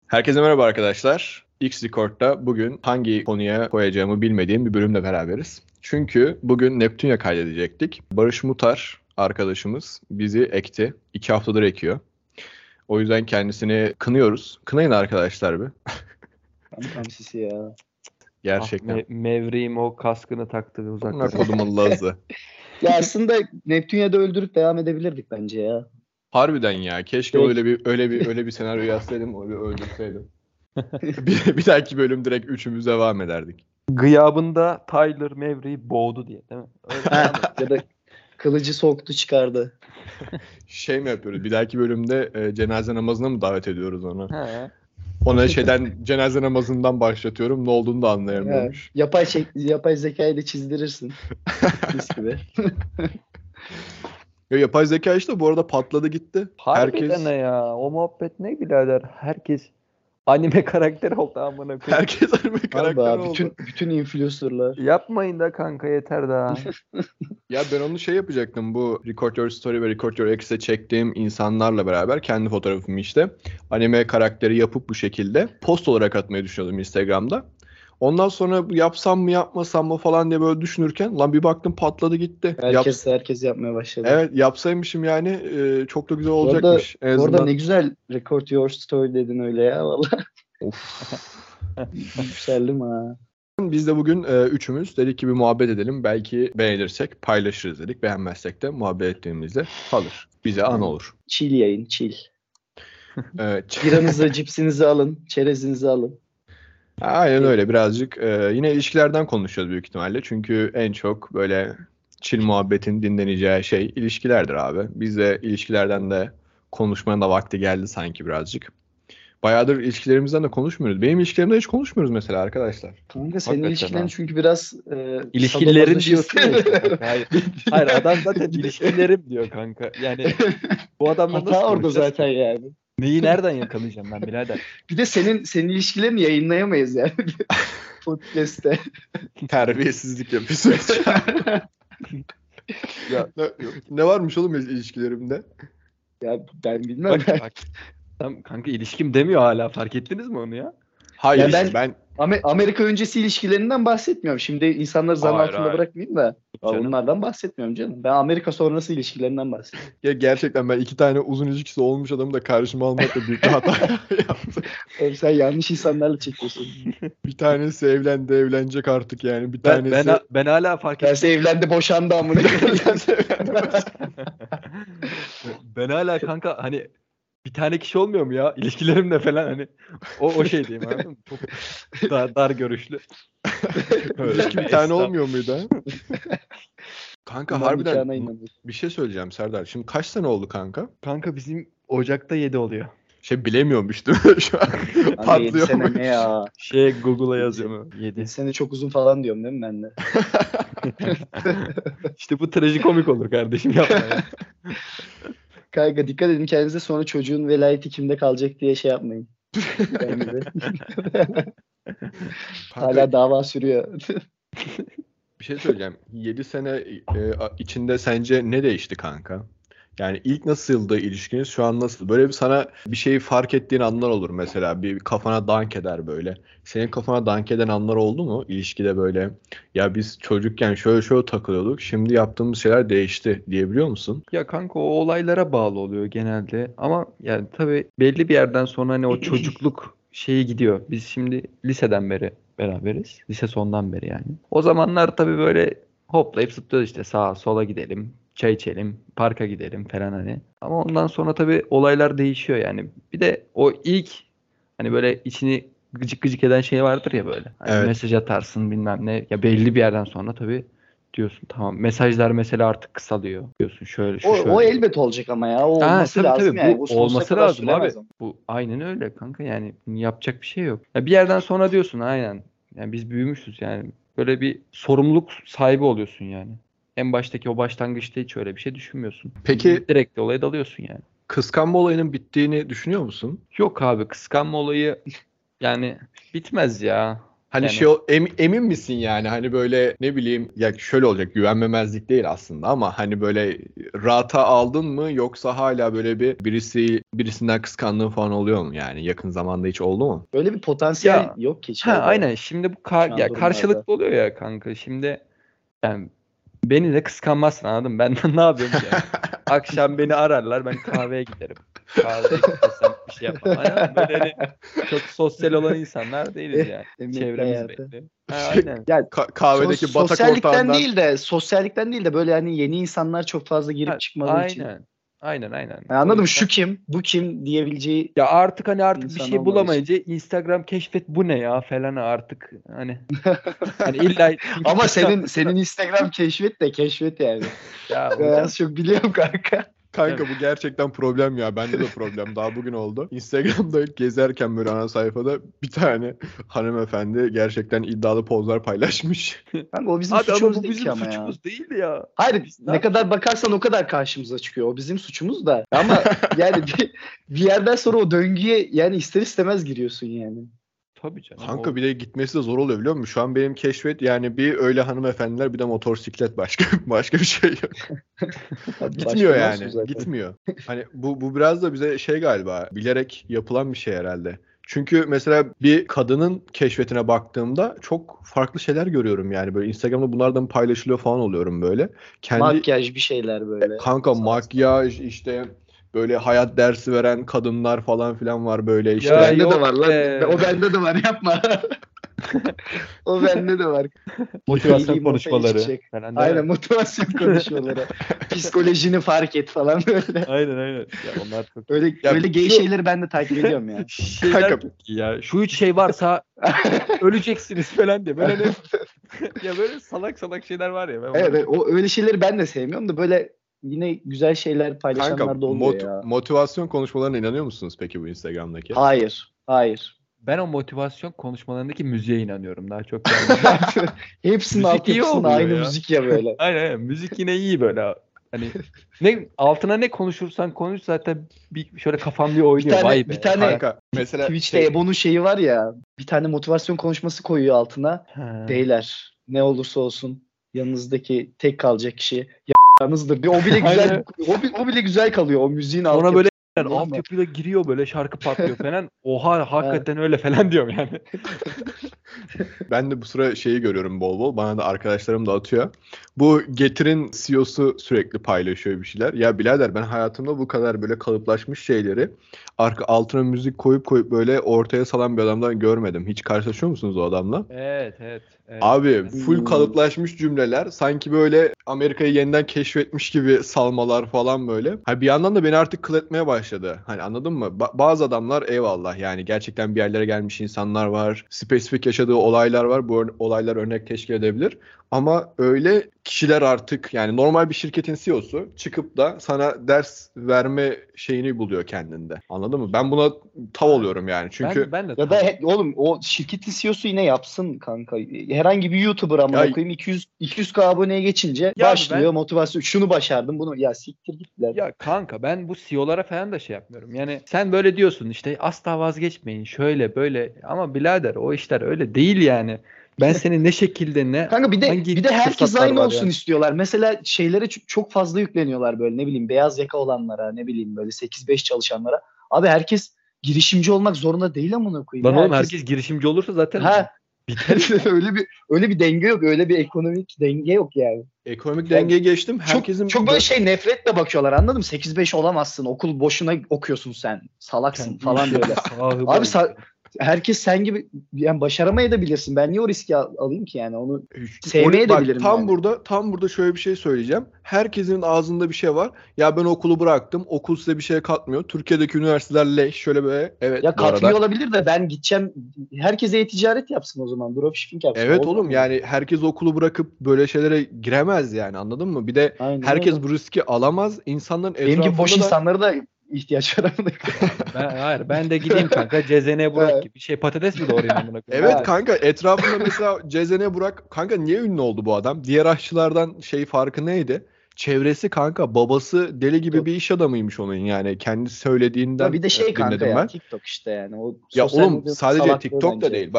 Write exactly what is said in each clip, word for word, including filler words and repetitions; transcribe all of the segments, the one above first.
Herkese merhaba arkadaşlar. X Record'da bugün hangi konuya koyacağımı bilmediğim bir bölümle beraberiz. Çünkü bugün Neptünya kaydedecektik. Barış Mutar arkadaşımız bizi ekti. İki haftadır ekiyor. O yüzden kendisini kınıyoruz. Kınayın arkadaşlar bir. Kankam sisi ya. Gerçekten. Ah, me- Mevriğim o kaskını taktı Buna uzaklara. kodumun Lazı. Ya aslında Neptünya'da öldürüp devam edebilirdik bence ya. Harbiden ya. Keşke Direkt- öyle bir öyle bir öyle bir senaryo yazsaydım, onu bir öldürseydim. bir, bir dahaki bölüm direkt üçümüz devam ederdik. Gıyabında Tyler Mevriği boğdu diye değil mi? Öyle Ha, ya da kılıcı soktu çıkardı. Şey mi yapıyoruz? Bir dahaki bölümde e, cenaze namazına mı davet ediyoruz onu? He. Ona şeyden cenaze namazından başlatıyorum. Ne olduğunu da Ha, anlayamıyormuş. yapay şek- yapay zekayı da çizdirirsin. Mis gibi. Ya, yapay zeka işte bu arada patladı gitti. Harbiden Herkes ne ya? O muhabbet ne birader? Herkes anime karakteri oldu amına koyayım. herkes anime Harbi karakter abi, oldu. bütün bütün influencerlar. Yapmayın da kanka yeter daha. Ya ben onu şey yapacaktım. Bu Record Your Story ve Record Your X'e çektiğim insanlarla beraber kendi fotoğrafımı işte anime karakteri yapıp bu şekilde post olarak atmayı düşünüyordum Instagram'da. Ondan sonra yapsam mı yapmasam mı falan diye böyle düşünürken lan bir baktım patladı gitti. Herkes Yaps- herkes yapmaya başladı. Evet yapsaymışım yani e, çok da güzel Bu arada, olacakmış. En bu arada azından- ne güzel record your story dedin öyle ya valla. Of. Yükseldim ha. Biz de bugün e, üçümüz dedik ki bir muhabbet edelim. Belki beğenirsek paylaşırız dedik. Beğenmezsek de muhabbet ettiğimizde kalır. Bize an olur. Chill yayın chill. Evet. Biranızı, cipsinizi alın, çerezinizi alın. Aynen öyle birazcık. E, yine ilişkilerden konuşuyoruz büyük ihtimalle. Çünkü en çok böyle chill muhabbetin dinleneceği şey ilişkilerdir abi. Biz de ilişkilerden de konuşmanın da vakti geldi sanki birazcık. Bayağıdır ilişkilerimizden de konuşmuyoruz. Benim ilişkilerimde hiç konuşmuyoruz mesela arkadaşlar. Kanka senin Hakikaten ilişkilerin ha. çünkü biraz e, İlişkilerin sadomasochist. diyorsun ya işte. Hayır. Hayır adam zaten ilişkilerim diyor kanka. Yani bu adamla nasıl Hata orada konuşacağız zaten ki? yani. Neyi nereden yakalayacağım ben birader? Bir de senin senin ilişkilerini yayınlayamayız yani. Podcast'te. Terbiyesizlik yapıyorsunuz. Ya ne, ne varmış oğlum ilişkilerimde? Ya ben bilmem. bak, bak. Tam kanka ilişkim demiyor hala, fark ettiniz mi onu ya? Hayır Ya ben, ben- ben Amer- Amerika öncesi ilişkilerinden bahsetmiyorum. Şimdi insanları zan Hayır, altında hayır. bırakmayayım da. Canım. Onlardan bahsetmiyorum canım. Ben Amerika sonrası ilişkilerinden bahsediyorum. ya gerçekten ben iki tane uzun ilişkisi olmuş adamı da karşıma almakla büyük bir hata yaptım. Oğlum sen yanlış insanlarla çekiyorsun. Bir tanesi evlendi, evlenecek artık yani. Bir Ben, tanesi ben, ben hala fark ettim. Tersi evlendi boşandı amına. Ben hala kanka hani bir tane kişi olmuyor mu ya ilişkilerimle falan, hani o o şey diyeyim, anladın mı? Çok dar, dar görüşlü. ilişki bir tane olmuyor muydu ha? Kanka Bunların harbiden nikahına inanıyorum. bir şey söyleyeceğim Serdar. Şimdi kaç sene oldu kanka? Kanka bizim Ocak'ta yedi oluyor. Şey bilemiyormuş değil mi şu an? Kanka yedi Patlıyor sene mu? ne ya? Şey Google'a yazıyorum. yedi. yedi sene çok uzun falan diyorum değil mi ben de? İşte bu trajikomik olur kardeşim, yapma ya. Kanka dikkat edin kendinize, sonra çocuğun velayeti kimde kalacak diye şey yapmayın. Kendinize. Kanka, Hala dava sürüyor. bir şey söyleyeceğim. yedi sene e, a- içinde sence ne değişti kanka? Yani ilk nasıldı ilişkiniz, şu an nasıl? Böyle bir sana bir şeyi fark ettiğin anlar olur mesela. Bir kafana dank eder böyle. Senin kafana dank eden anlar oldu mu ilişkide böyle? Ya biz çocukken şöyle şöyle takılıyorduk. Şimdi yaptığımız şeyler değişti diyebiliyor musun? Ya kanka o olaylara bağlı oluyor genelde. Ama yani tabii belli bir yerden sonra hani o çocukluk şeyi gidiyor. Biz şimdi liseden beri beraberiz. Lise sondan beri yani. O zamanlar tabii böyle hoplayıp zıplıyoruz işte, sağa sola gidelim, çay içelim, parka gidelim falan hani. Ama ondan sonra tabii olaylar değişiyor yani. Bir de o ilk hani böyle içini gıcık gıcık eden şey vardır ya böyle. Hani Evet. mesaj atarsın bilmem ne. Ya belli bir yerden sonra tabii diyorsun tamam. Mesajlar mesela artık kısalıyor. Diyorsun şöyle şu O, şöyle. o elbet olacak ama ya. O Ha, olması tabii, lazım tabii. yani. Bu sonsuza olması kadar lazım abi. süremez ama. Bu aynen öyle kanka, yani yapacak bir şey yok. Ya bir yerden sonra diyorsun aynen. Yani biz büyümüşüz yani. Böyle bir sorumluluk sahibi oluyorsun yani. En baştaki o başlangıçta hiç öyle bir şey düşünmüyorsun. Peki Direkt olaya dalıyorsun yani. kıskanma olayının bittiğini düşünüyor musun? Yok abi, kıskanma olayı yani bitmez ya. Hani Yani- şey o- em- emin misin yani hani böyle ne bileyim ya şöyle olacak güvenmemezlik değil aslında ama hani böyle rahata aldın mı yoksa hala böyle bir birisi birisinden kıskandığın falan oluyor mu yani yakın zamanda hiç oldu mu? Böyle bir potansiyel Ya, yok ki Ha şeyde. aynen şimdi bu kar- Şu an ya durumlarda. karşılıklı oluyor ya kanka. Şimdi yani beni de kıskanmazsın anladın mı? Ben de ne yapıyorum ki yani? Akşam beni ararlar ben kahveye giderim. Kahveye gitmesem bir şey yapmam. Aynen böyle hani çok sosyal olan insanlar değiliz yani. Emekli Çevremiz hayatı. belli. Ha, aynen. Ka- kahvedeki Sos- batak sosyallikten ortağından değil de sosyallikten değil de böyle hani yeni insanlar çok fazla girip Ha, çıkmadığı için. aynen. Aynen aynen. Yani anladım O yüzden- şu kim, bu kim diyebileceği Ya artık hani artık bir İnsan şey olmadığı bulamayınca Instagram keşfet bu ne ya falan artık hani hani illa çünkü ama senin kıskan- senin Instagram keşfet de keşfet yani. ya Ben hocam az çok biliyorum kanka. kanka bu gerçekten problem ya. Bende de problem. Daha bugün oldu. Instagram'da gezerken böyle ana sayfada bir tane hanımefendi gerçekten iddialı pozlar paylaşmış. Kanka o bizim Abi ama suçumuz bu değil bizim ki ama ya. suçumuz değil ya. Hayır Biz ne ne kadar bakarsan o kadar karşımıza çıkıyor. O bizim suçumuz da. Ama yani bir, bir yerden sonra o döngüye yani ister istemez giriyorsun yani. Tabii canım. Kanka o- bir de gitmesi de zor oluyor biliyor musun? Şu an benim keşfet yani bir öyle hanımefendiler bir de motosiklet başka başka bir şey yok. Hadi Gitmiyor başka yani. nasıl zaten? Gitmiyor. Hani bu bu biraz da bize şey galiba bilerek yapılan bir şey herhalde. Çünkü mesela bir kadının keşfetine baktığımda çok farklı şeyler görüyorum yani böyle Instagram'da bunlardan paylaşılıyor falan oluyorum böyle. Kendi Makyaj bir şeyler böyle. kanka Sağ- makyaj işte böyle hayat dersi veren kadınlar falan filan var böyle işte. O Ya bende yok de var lan. be. O bende de var yapma. O bende de var. Motivasyon Fiili konuşmaları ortaya çıkacak. falan değil mi? Aynen motivasyon konuşmaları. Psikolojini fark et falan böyle. Aynen aynen. Ya onlar çok Öyle Ya öyle gay şu- şeyleri ben de takip ediyorum ya. şeyler Kanka- çok iyi ya. Şu üç şey varsa öleceksiniz falan diye. Böyle hani ya böyle salak salak şeyler var ya. Ben Evet, onları- evet, o öyle şeyleri ben de sevmiyorum da böyle yine güzel şeyler paylaşanlar Kanka da oluyor mot- ya. motivasyon konuşmalarına inanıyor musunuz peki bu Instagram'daki? Hayır. Hayır. Ben o motivasyon konuşmalarındaki müziğe inanıyorum daha çok. Yani. Hepsinin Müzik iyi altyapısında oluyor aynı ya. müzik ya böyle. Aynen aynen. Müzik yine iyi böyle. Hani ne altına ne konuşursan konuş zaten bir şöyle kafam bir Bir oynuyor. tane, Vay be. bir tane Kanka mesela Twitch'te şey- Ebo'nun şeyi var ya. Bir tane motivasyon konuşması koyuyor altına. Ha. Beyler ne olursa olsun yanınızdaki tek kalacak kişi yanınızdır. Bir o bile güzel Aynen. o, bi- o bile güzel kalıyor o müziğin Sonra altyapısı. böyle Değil mi? altyapıyla giriyor böyle şarkı patlıyor falan. Oha hakikaten öyle falan diyorum yani. Ben de bu sıra şeyi görüyorum bol bol. Bana da arkadaşlarım da atıyor. Bu Getir'in C E O'su sürekli paylaşıyor bir şeyler. Ya birader ben hayatımda bu kadar böyle kalıplaşmış şeyleri arka altına müzik koyup koyup böyle ortaya salan bir adamdan görmedim. Hiç karşılaşıyor musunuz o adamla? Evet evet. evet. Abi full Hmm. kalıplaşmış cümleler. Sanki böyle Amerika'yı yeniden keşfetmiş gibi salmalar falan böyle. Ha bir yandan da beni artık kıl etmeye başladı. Hani anladın mı? Ba- bazı adamlar eyvallah yani gerçekten bir yerlere gelmiş insanlar var. Spesifik yaşadığı olaylar var. Bu ör- olaylar örnek teşkil edebilir. Ama öyle kişiler artık yani normal bir şirketin C E O'su çıkıp da sana ders verme şeyini buluyor kendinde. Anladın mı? Ben buna tav oluyorum yani. Çünkü ben, ben de Ya da he- oğlum o şirketin C E O'su yine yapsın kanka. Herhangi bir YouTuber amına Ya- koyayım iki yüz iki yüz K aboneye geçince Ya abi başlıyor ben- motivasyon. Şunu başardım bunu ya siktir gittiler. Ya kanka ben bu C E O'lara falan da şey yapmıyorum. Yani sen böyle diyorsun işte asla vazgeçmeyin şöyle böyle ama birader o işler öyle değil yani. Ben seni ne şekilde ne Kanka bir de hangi bir de herkes fırsatlar aynı var olsun yani. istiyorlar. Mesela şeylere ç- çok fazla yükleniyorlar böyle ne bileyim beyaz yaka olanlara ne bileyim böyle sekiz beş çalışanlara. Abi herkes girişimci olmak zorunda değil amına koyayım. Lan Ya oğlum herkes girişimci olursa zaten ha biter. öyle bir öyle bir denge yok. Öyle bir ekonomik denge yok yani. ekonomik Yani dengeye geçtim. Çok, Herkesin çok böyle şey nefretle bakıyorlar anladın mı? sekiz beş olamazsın. Okul boşuna okuyorsun sen. Salaksın falan böyle. Sahibi Abi ol. sa- herkes sen gibi yani başaramayabilirsin. Ben niye o riski al- alayım ki yani? Onu sevmeye de Bak, bilirim tam yani. burada tam burada şöyle bir şey söyleyeceğim. Herkesin ağzında bir şey var. Ya ben okulu bıraktım. Okul size bir şey katmıyor. Türkiye'deki üniversiteler leş. Şöyle böyle. Evet Ya bu arada. katmıyor olabilir de ben gideceğim. Herkese e-ticaret yapsın o zaman. Dropshipping yapsın. Evet Olmaz oğlum mı? yani herkes okulu bırakıp böyle şeylere giremez yani anladın mı? Bir de Aynen herkes öyle. bu riski alamaz. İnsanların Benim gibi etrafında boş da insanlara da ihtiyaç var. Ben, hayır ben de gideyim kanka Cezene Burak Evet. gibi bir şey patates mi doğrayayım amına koyayım? evet Ha. kanka etrafında mesela Cezene Burak kanka niye ünlü oldu bu adam? Diğer aşçılardan şey farkı neydi? Çevresi kanka babası deli gibi Yok. bir iş adamıymış onun yani kendi söylediğinden Ya bir de şey e, kanka dinledim ya ben. TikTok işte yani. O Ya sosyal oğlum medyanın sadece salaklığı TikTok da bence. değil bak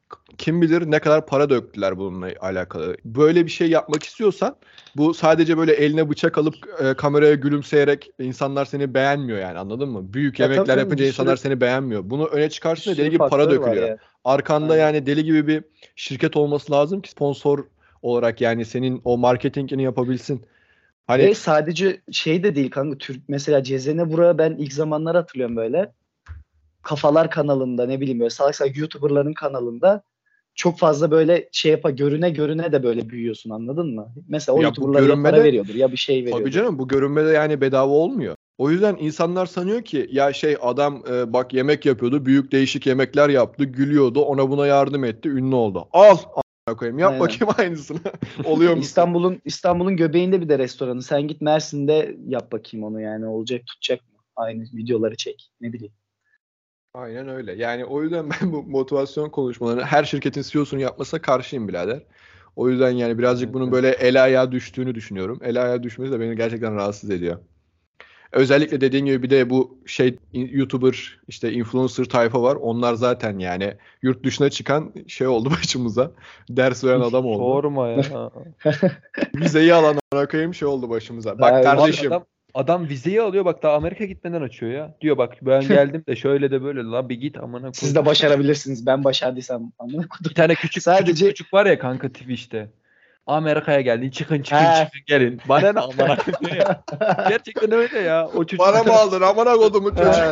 kim bilir ne kadar para döktüler bununla alakalı. Böyle bir şey yapmak istiyorsan bu sadece böyle eline bıçak alıp e, kameraya gülümseyerek insanlar seni beğenmiyor yani, anladın mı? Büyük Ya yemekler tabii canım, yapınca bir insanlar sürü- seni beğenmiyor. Bunu öne çıkarsın Bir da deli sürü gibi para faktör var dökülüyor. ya. Arkanda Aynen. yani deli gibi bir şirket olması lazım ki sponsor olarak yani senin o marketingini yapabilsin. Hani Ve sadece şey de değil kanka. Türk mesela Cezene Burak'ı ben ilk zamanlar hatırlıyorum böyle. Kafalar kanalında, ne bileyim böyle salak salak YouTuber'ların kanalında çok fazla böyle şey yapa görüne görüne de böyle büyüyorsun, anladın mı? Mesela o Ya bu YouTuber'lara ya para görünmede- veriyordur ya bir şey veriyordur. tabii canım, bu görünmede yani bedava olmuyor. O yüzden insanlar sanıyor ki ya şey adam e, bak yemek yapıyordu, büyük değişik yemekler yaptı, gülüyordu, ona buna yardım etti, ünlü oldu. Al a**ına koyayım, yap Aynen. bakayım aynısını. Oluyor musun? İstanbul'un İstanbul'un göbeğinde bir de restoranı. Sen git Mersin'de yap bakayım onu, yani olacak tutacak mı? Aynı videoları çek. Ne bileyim. Aynen öyle. Yani o yüzden ben bu motivasyon konuşmalarını her şirketin C E O'sunun yapmasına karşıyım birader. O yüzden yani birazcık Evet, bunun evet. böyle el ayağa düştüğünü düşünüyorum. El ayağa düşmesi de beni gerçekten rahatsız ediyor. Özellikle dediğin gibi bir de bu şey YouTuber işte influencer tayfa var. Onlar zaten yani yurt dışına çıkan şey oldu başımıza. Ders veren adam oldu. Sorma ya. Vizeyi alan koyayım şey oldu başımıza. Bak Abi kardeşim. Adam, adam vizeyi alıyor bak, daha Amerika gitmeden açıyor ya. Diyor bak ben geldim de şöyle de böyle, la bir git amına Siz koy. de başarabilirsiniz. Ben başardıysam amına Bir koydum. tane küçük Sadece- küçük çocuk var ya kanka Twitch'te. Amerika'ya geldin, çıkın çıkın Ha. çıkın gelin. Bana ne amına koyayım ya. Gerçekten öyle ya. O çocuk. Bana mı aldın amına kodumun çocuğu? Ha,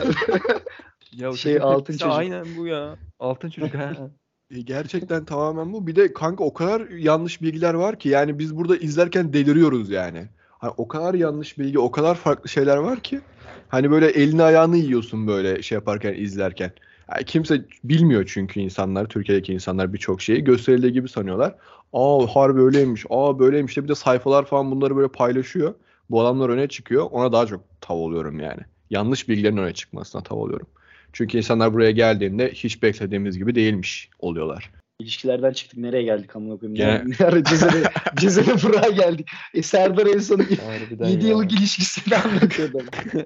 Ya o Şey, çocuk altın tepkisi çocuk. aynen bu ya. Altın çocuk ha. E, Gerçekten tamamen bu. Bir de kanka o kadar yanlış bilgiler var ki yani biz burada izlerken deliriyoruz yani. Hani o kadar yanlış bilgi, o kadar farklı şeyler var ki hani böyle elini ayağını yiyorsun böyle şey yaparken, izlerken. Yani kimse bilmiyor çünkü insanlar, Türkiye'deki insanlar birçok şeyi gösterildiği gibi sanıyorlar. Aa harbi öyleymiş, aa böyleymiş de bir de sayfalar falan bunları böyle paylaşıyor. Bu adamlar öne çıkıyor. Ona daha çok tav oluyorum yani. Yanlış bilgilerin öne çıkmasına tav oluyorum. Çünkü insanlar buraya geldiğinde hiç beklediğimiz gibi değilmiş oluyorlar. İlişkilerden çıktık, nereye geldik amına koyayım? Gene- Ne, ne ara Cezene, Cezene Burak'a geldik. E, Serdar en son Harbiden yedi ya. yıllık ilişkisini anlatıyordu.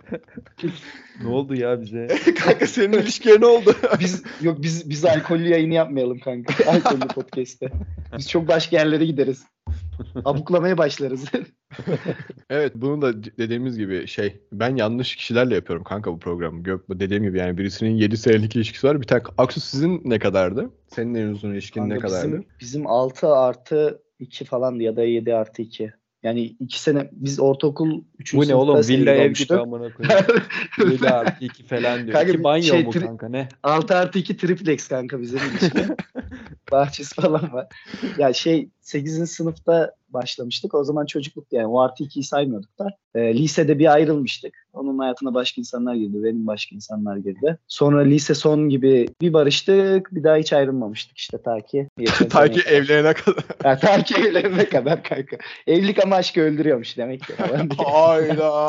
Ne oldu ya bize? Kanka senin ilişkiye ne oldu? Biz yok biz biz alkollü yayını yapmayalım kanka. Alkollü podcast'te. Biz çok başka yerlere gideriz. Abuklamaya başlarız. Evet, bunu da dediğimiz gibi şey, ben yanlış kişilerle yapıyorum kanka bu programı. Gök, dediğim gibi yani birisinin yedi senelik ilişkisi var. Bir tane Aksu sizin ne kadardı? Senin en uzun ilişkin ne Kanka kadardı? bizim, bizim altı artı iki falandı ya da yedi artı iki. Yani iki sene biz ortaokul üçüncü Bu ne oğlum? sınıfta Villa sevgili ev gibi olmuştuk. amına koyayım. Villa artı iki falan diyor. Kanka İki bir banyo şey, mu tri- kanka ne? altı artı iki triplex kanka bizim ilişki. Bahçesi falan var. Ya şey sekizinci sınıfta başlamıştık. O zaman çocukluktu yani. O artı ikiyi saymıyorduk da. E, lisede bir ayrılmıştık. Onun hayatına başka insanlar girdi. Benim başka insanlar girdi. Sonra lise son gibi bir barıştık. Bir daha hiç ayrılmamıştık işte ta ki. geçen Ta ki seneye kadar. evlenene kadar. Ya, ta ki evlenene kadar kanka. Evlilik ama aşkı öldürüyormuş demek ki. falan diye. Hayda.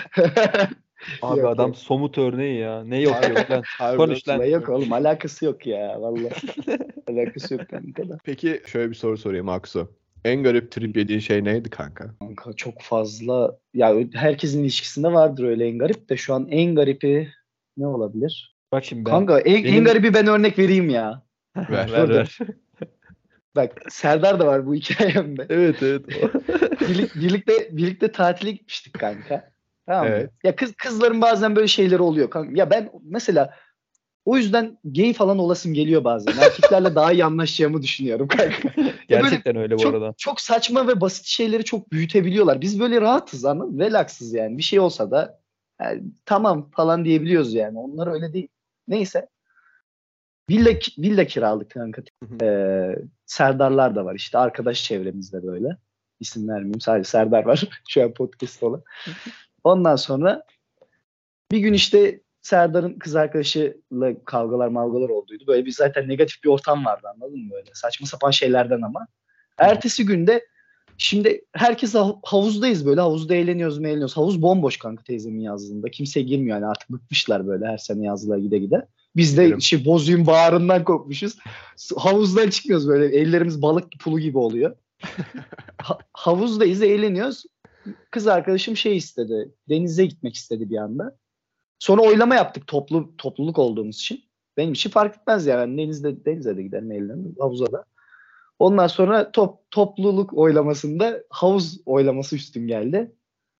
Abi Yok, adam yok. somut örneği ya. Ne yok yok lan. Harbiden Konuş lan. La yok oğlum, alakası yok ya vallahi. Alakası yok kanka da. Peki şöyle bir soru sorayım Aksu. En garip trip yediğin şey neydi kanka? Kanka çok fazla ya, herkesin ilişkisinde vardır öyle en garip de şu an en garipi ne olabilir? Bak şimdi ben. Kanka en, benim- en garibi ben örnek vereyim ya. Ver. ver ver. Bak Serdar da var bu hikayemde. Evet evet. Birlik, birlikte birlikte tatile gitmiştik kanka. Tamam mı? Evet. Ya kız kızların bazen böyle şeyleri oluyor kanka. Ya ben mesela o yüzden gay falan olasım geliyor bazen. Erkeklerle daha iyi anlaşacağımı düşünüyorum kanka. Ya böyle Gerçekten öyle bu çok, arada. çok saçma ve basit şeyleri çok büyütebiliyorlar. Biz böyle rahatız, anladın mı? Relaksız yani. Bir şey olsa da yani, tamam falan diyebiliyoruz yani. Onlar öyle değil. Neyse. Villa, villa kiraladık kanka. Ee, Serdarlar da var işte. Arkadaş çevremizde böyle. İsim vermeyeyim. Sadece Serdar var. Şu an podcast olan. Ondan sonra bir gün işte Serdar'ın kız arkadaşıyla kavgalar mavgalar olduydu. Böyle bir zaten negatif bir ortam vardı, anladın mı böyle? Saçma sapan şeylerden ama. Ertesi günde şimdi herkes hav- havuzdayız böyle. Havuzda eğleniyoruz eğleniyoruz. Havuz bomboş kanka teyzemin yazdığında. Kimse girmiyor yani, artık bıkmışlar böyle her sene yazlığa gide gide. Biz de Bilirim. şey bozuyun bağrından kopmuşuz. Su- Havuzdan çıkmıyoruz böyle. Ellerimiz balık pulu gibi oluyor. Ha- havuzdayız, eğleniyoruz. Kız arkadaşım şey istedi. Denize gitmek istedi bir anda. Sonra oylama yaptık toplu topluluk olduğumuz için. Benim için fark etmez yani. Denizde, denize de giderim, eğlenirim, havuza da. Ondan sonra top, topluluk oylamasında havuz oylaması üstün geldi.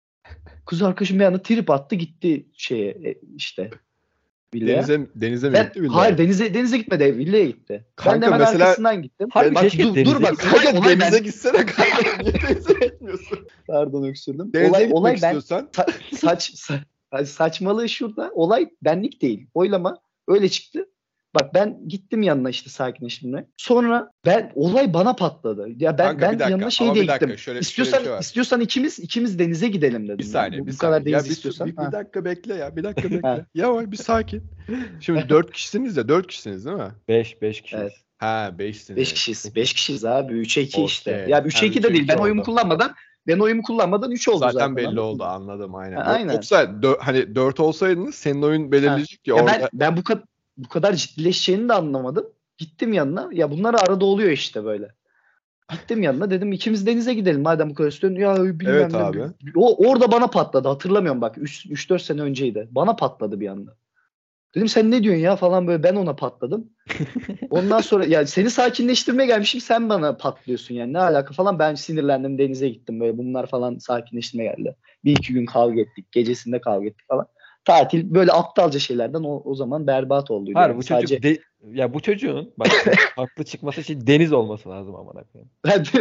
Kız arkadaşım bir anda trip attı gitti şeye e, işte villaya. Denize, denize mi Ben, gitti villaya? hayır denize denize gitmedi, villaya gitti. Kanka ben de hemen mesela- arkasından gittim. Harbi Bak, keşke dur, denize dur bak. gitse. Olay, Kanka olay denize ben, gitsene kanka. Niye denize gitmiyorsun? pardon öksürdüm. Denize olay gitmek olay ben istiyorsan. sa- saç sa- saçmalığı şurada. Olay benlik değil. Oylama öyle çıktı. Bak ben gittim yanına işte sakinleştirmeye. Sonra ben olay bana patladı. Ya ben Kanka bir ben dakika, yanına şey ama diye bir dakika, gittim. şöyle- istiyorsan şöyle bir şey var. istiyorsan ikimiz ikimiz denize gidelim dedim. Bir ya. saniye, Bu, bir bu kadar saniye. Ya deniz bir, istiyorsan. bir, bir ha. dakika bekle ya. Bir dakika Ha. bekle. Yavaş bir sakin. Şimdi dört kişisiniz ya. Dört kişisiniz değil mi? beş beş kişi. Evet. Ha beşsiniz. Beş kişiyiz. Beş kişiyiz abi. üçe iki Okey. işte. Ya üçe Ha, iki de üçe değil. iki Ben oyumu oldu. kullanmadan ben oyumu kullanmadan üç oldu zaten. Zaten belli anladın oldu, mı? anladım aynen. Ha, aynen. Yoksa dö- hani dört olsaydınız senin oyun belirleyecek ya Ya orada. ben ben bu kadar bu kadar ciddileşeceğini de anlamadım. Gittim yanına. Ya bunlar arada oluyor işte böyle. Gittim yanına dedim ikimiz denize gidelim madem bu kadar istiyorsun. Ya bilmem Evet ne. abi. O orada bana patladı. Hatırlamıyorum bak. üç dört sene önceydi. Bana patladı bir anda. Dedim sen ne diyorsun ya falan böyle ben ona patladım. Ondan sonra ya seni sakinleştirmeye gelmişim sen bana patlıyorsun yani ne alaka falan ben sinirlendim denize gittim böyle bunlar falan sakinleştirmeye geldi. Bir iki gün kavga ettik gecesinde kavga ettik falan. Tatil böyle aptalca şeylerden o, o zaman berbat oldu. Hayır yani. bu çocuk Sadece... de- ya bu çocuğun bak haklı çıkması için deniz olması lazım amına koyayım.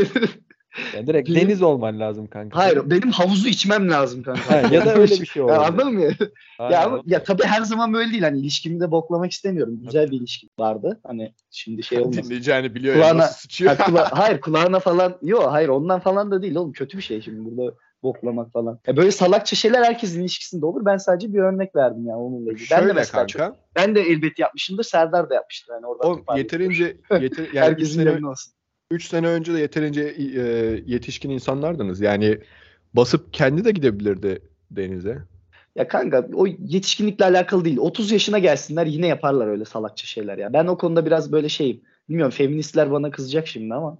Yani direkt Benim- deniz olman lazım kanka. Hayır benim havuzu içmem lazım kanka. Ha, ya da öyle bir şey Ya olabilir. anladın mı? Aynen, Ya, ama- o- ya tabii her zaman böyle değil. Hani ilişkimi de boklamak istemiyorum. Güzel bir ilişkim vardı. Hani şimdi şey olmasın. Dinleyeceğini biliyor ya Kulağına- nasıl sıçıyor. Ha, kula- hayır kulağına falan. Yok hayır ondan falan da değil oğlum. Kötü bir şey şimdi burada boklamak falan. Ya böyle salakça şeyler herkesin ilişkisinde olur. Ben sadece bir örnek verdim yani onunla ilgili. Ben de Şöyle mesela kanka. çok- ben de elbet yapmışımdır. Serdar da yapmıştır. Yani oradan O toparlayayım. yeterince yeter, yani üç Herkesin sene, yanına olsun. üç sene önce de yeterince e, yetişkin insanlardınız. Yani basıp kendi de gidebilirdi denize. Ya kanka o yetişkinlikle alakalı değil. otuz yaşına gelsinler yine yaparlar öyle salakça şeyler ya. Ben o konuda biraz böyle şeyim. Bilmiyorum feministler bana kızacak şimdi ama.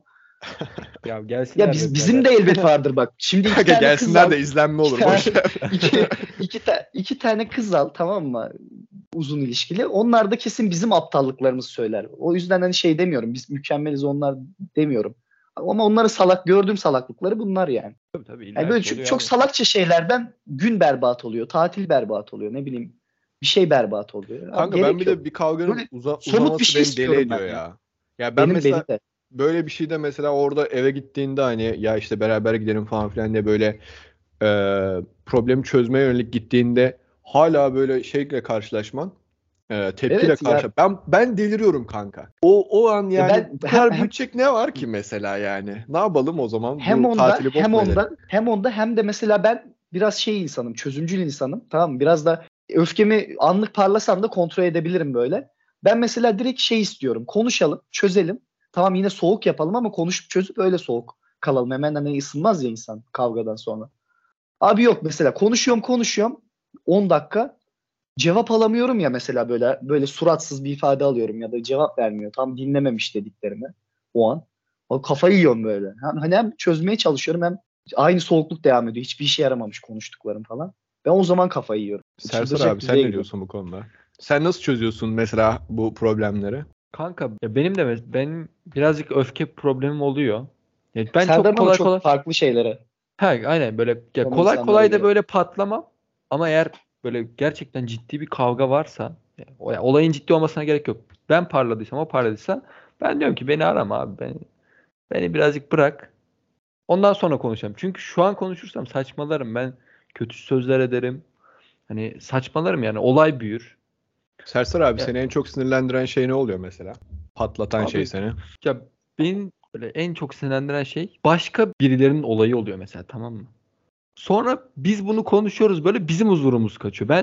ya gelsinler. Ya biz, be bizim de birader. elbet vardır bak. Şimdi iki Kanka tane kız gelsinler al. de izlenme olur. iki tane- Boş ver. iki, iki, ta- iki tane kız al tamam mı? Uzun ilişkili. Onlar da kesin bizim aptallıklarımızı söyler. O yüzden hani şey demiyorum. Biz mükemmeliz onlar demiyorum. Ama onları salak gördüğüm salaklıkları bunlar yani. Tabii, tabii, Yani illaki böyle çok, oluyor çok abi. salakça şeylerden gün berbat oluyor. Tatil berbat oluyor. Ne bileyim bir şey berbat oluyor. Abi Kanka gerek ben bir yok. de bir kavganın Böyle uza, somut uzaması bir şey beni deli istiyorum ben ediyor ya. ya. Ya ben Benim mesela benim de. böyle bir şeyde mesela orada eve gittiğinde hani ya işte beraber gidelim falan filan diye böyle e, problemi çözmeye yönelik gittiğinde hala böyle şeyle karşılaşman e, tepkiyle Evet ya. karşı. Ben ben deliriyorum kanka. O o an yani ben- bu kadar hem- büyütecek ne var ki mesela yani? Ne yapalım o zaman? Hem Bu onda tatili hem bozmayalım. onda hem onda hem de mesela ben biraz şey insanım, çözümcül insanım. Tamam mı? Biraz da öfkemi anlık parlasam da kontrol edebilirim böyle. Ben mesela direkt şey istiyorum. Konuşalım, çözelim. Tamam yine soğuk yapalım ama konuşup çözüp öyle soğuk kalalım. Hemen hani ısınmaz ya insan kavgadan sonra. Abi yok mesela konuşuyorum konuşuyorum on dakika cevap alamıyorum ya mesela böyle böyle suratsız bir ifade alıyorum ya da cevap vermiyor. Tam dinlememiş dediklerimi o an. O kafayı yiyorum böyle. Hem, hani hem çözmeye çalışıyorum hem aynı soğukluk devam ediyor. Hiçbir işe yaramamış konuştuklarım falan. Ben o zaman kafayı yiyorum. Sersar Çıldıracak abi sen düzeye ne gidiyorum. diyorsun bu konuda? Sen nasıl çözüyorsun mesela bu problemleri? Kanka ya benim de mes- benim birazcık öfke problemim oluyor. Ya ben Serdar'ın çok ama kolay çok kolay farklı şeylere. ha aynen böyle ya Konu kolay insanlara kolay da göre. böyle patlamam ama eğer böyle gerçekten ciddi bir kavga varsa ya, o- ya olayın ciddi olmasına gerek yok. Ben parladıysam o parladıysa ben diyorum ki beni arama abi beni beni birazcık bırak. Ondan sonra konuşalım. Çünkü şu an konuşursam saçmalarım. Ben kötü sözler ederim. Hani saçmalarım yani olay büyür. Sersar abi Ya- seni en çok sinirlendiren şey ne oluyor mesela? Patlatan Abi- şey seni. Ya benim böyle en çok sinirlendiren şey başka birilerinin olayı oluyor mesela tamam mı? Sonra biz bunu konuşuyoruz böyle bizim huzurumuz kaçıyor. Ben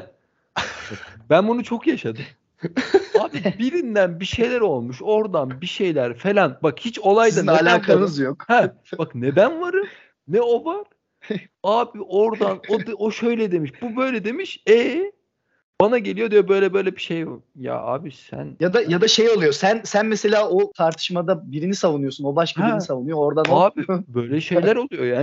ben bunu çok yaşadım. Abi birinden bir şeyler olmuş oradan bir şeyler falan. Bak hiç olayda Sizin ne ben varım. alakanız yok. Ha, bak ne ben varım ne o var. Abi oradan o de- o şöyle demiş bu böyle demiş. E bana geliyor diyor böyle böyle bir şey. Ya abi sen Ya da ya da şey oluyor. Sen sen mesela o tartışmada birini savunuyorsun. O başka Ha. birini savunuyor. Oradan o abi böyle şeyler oluyor yani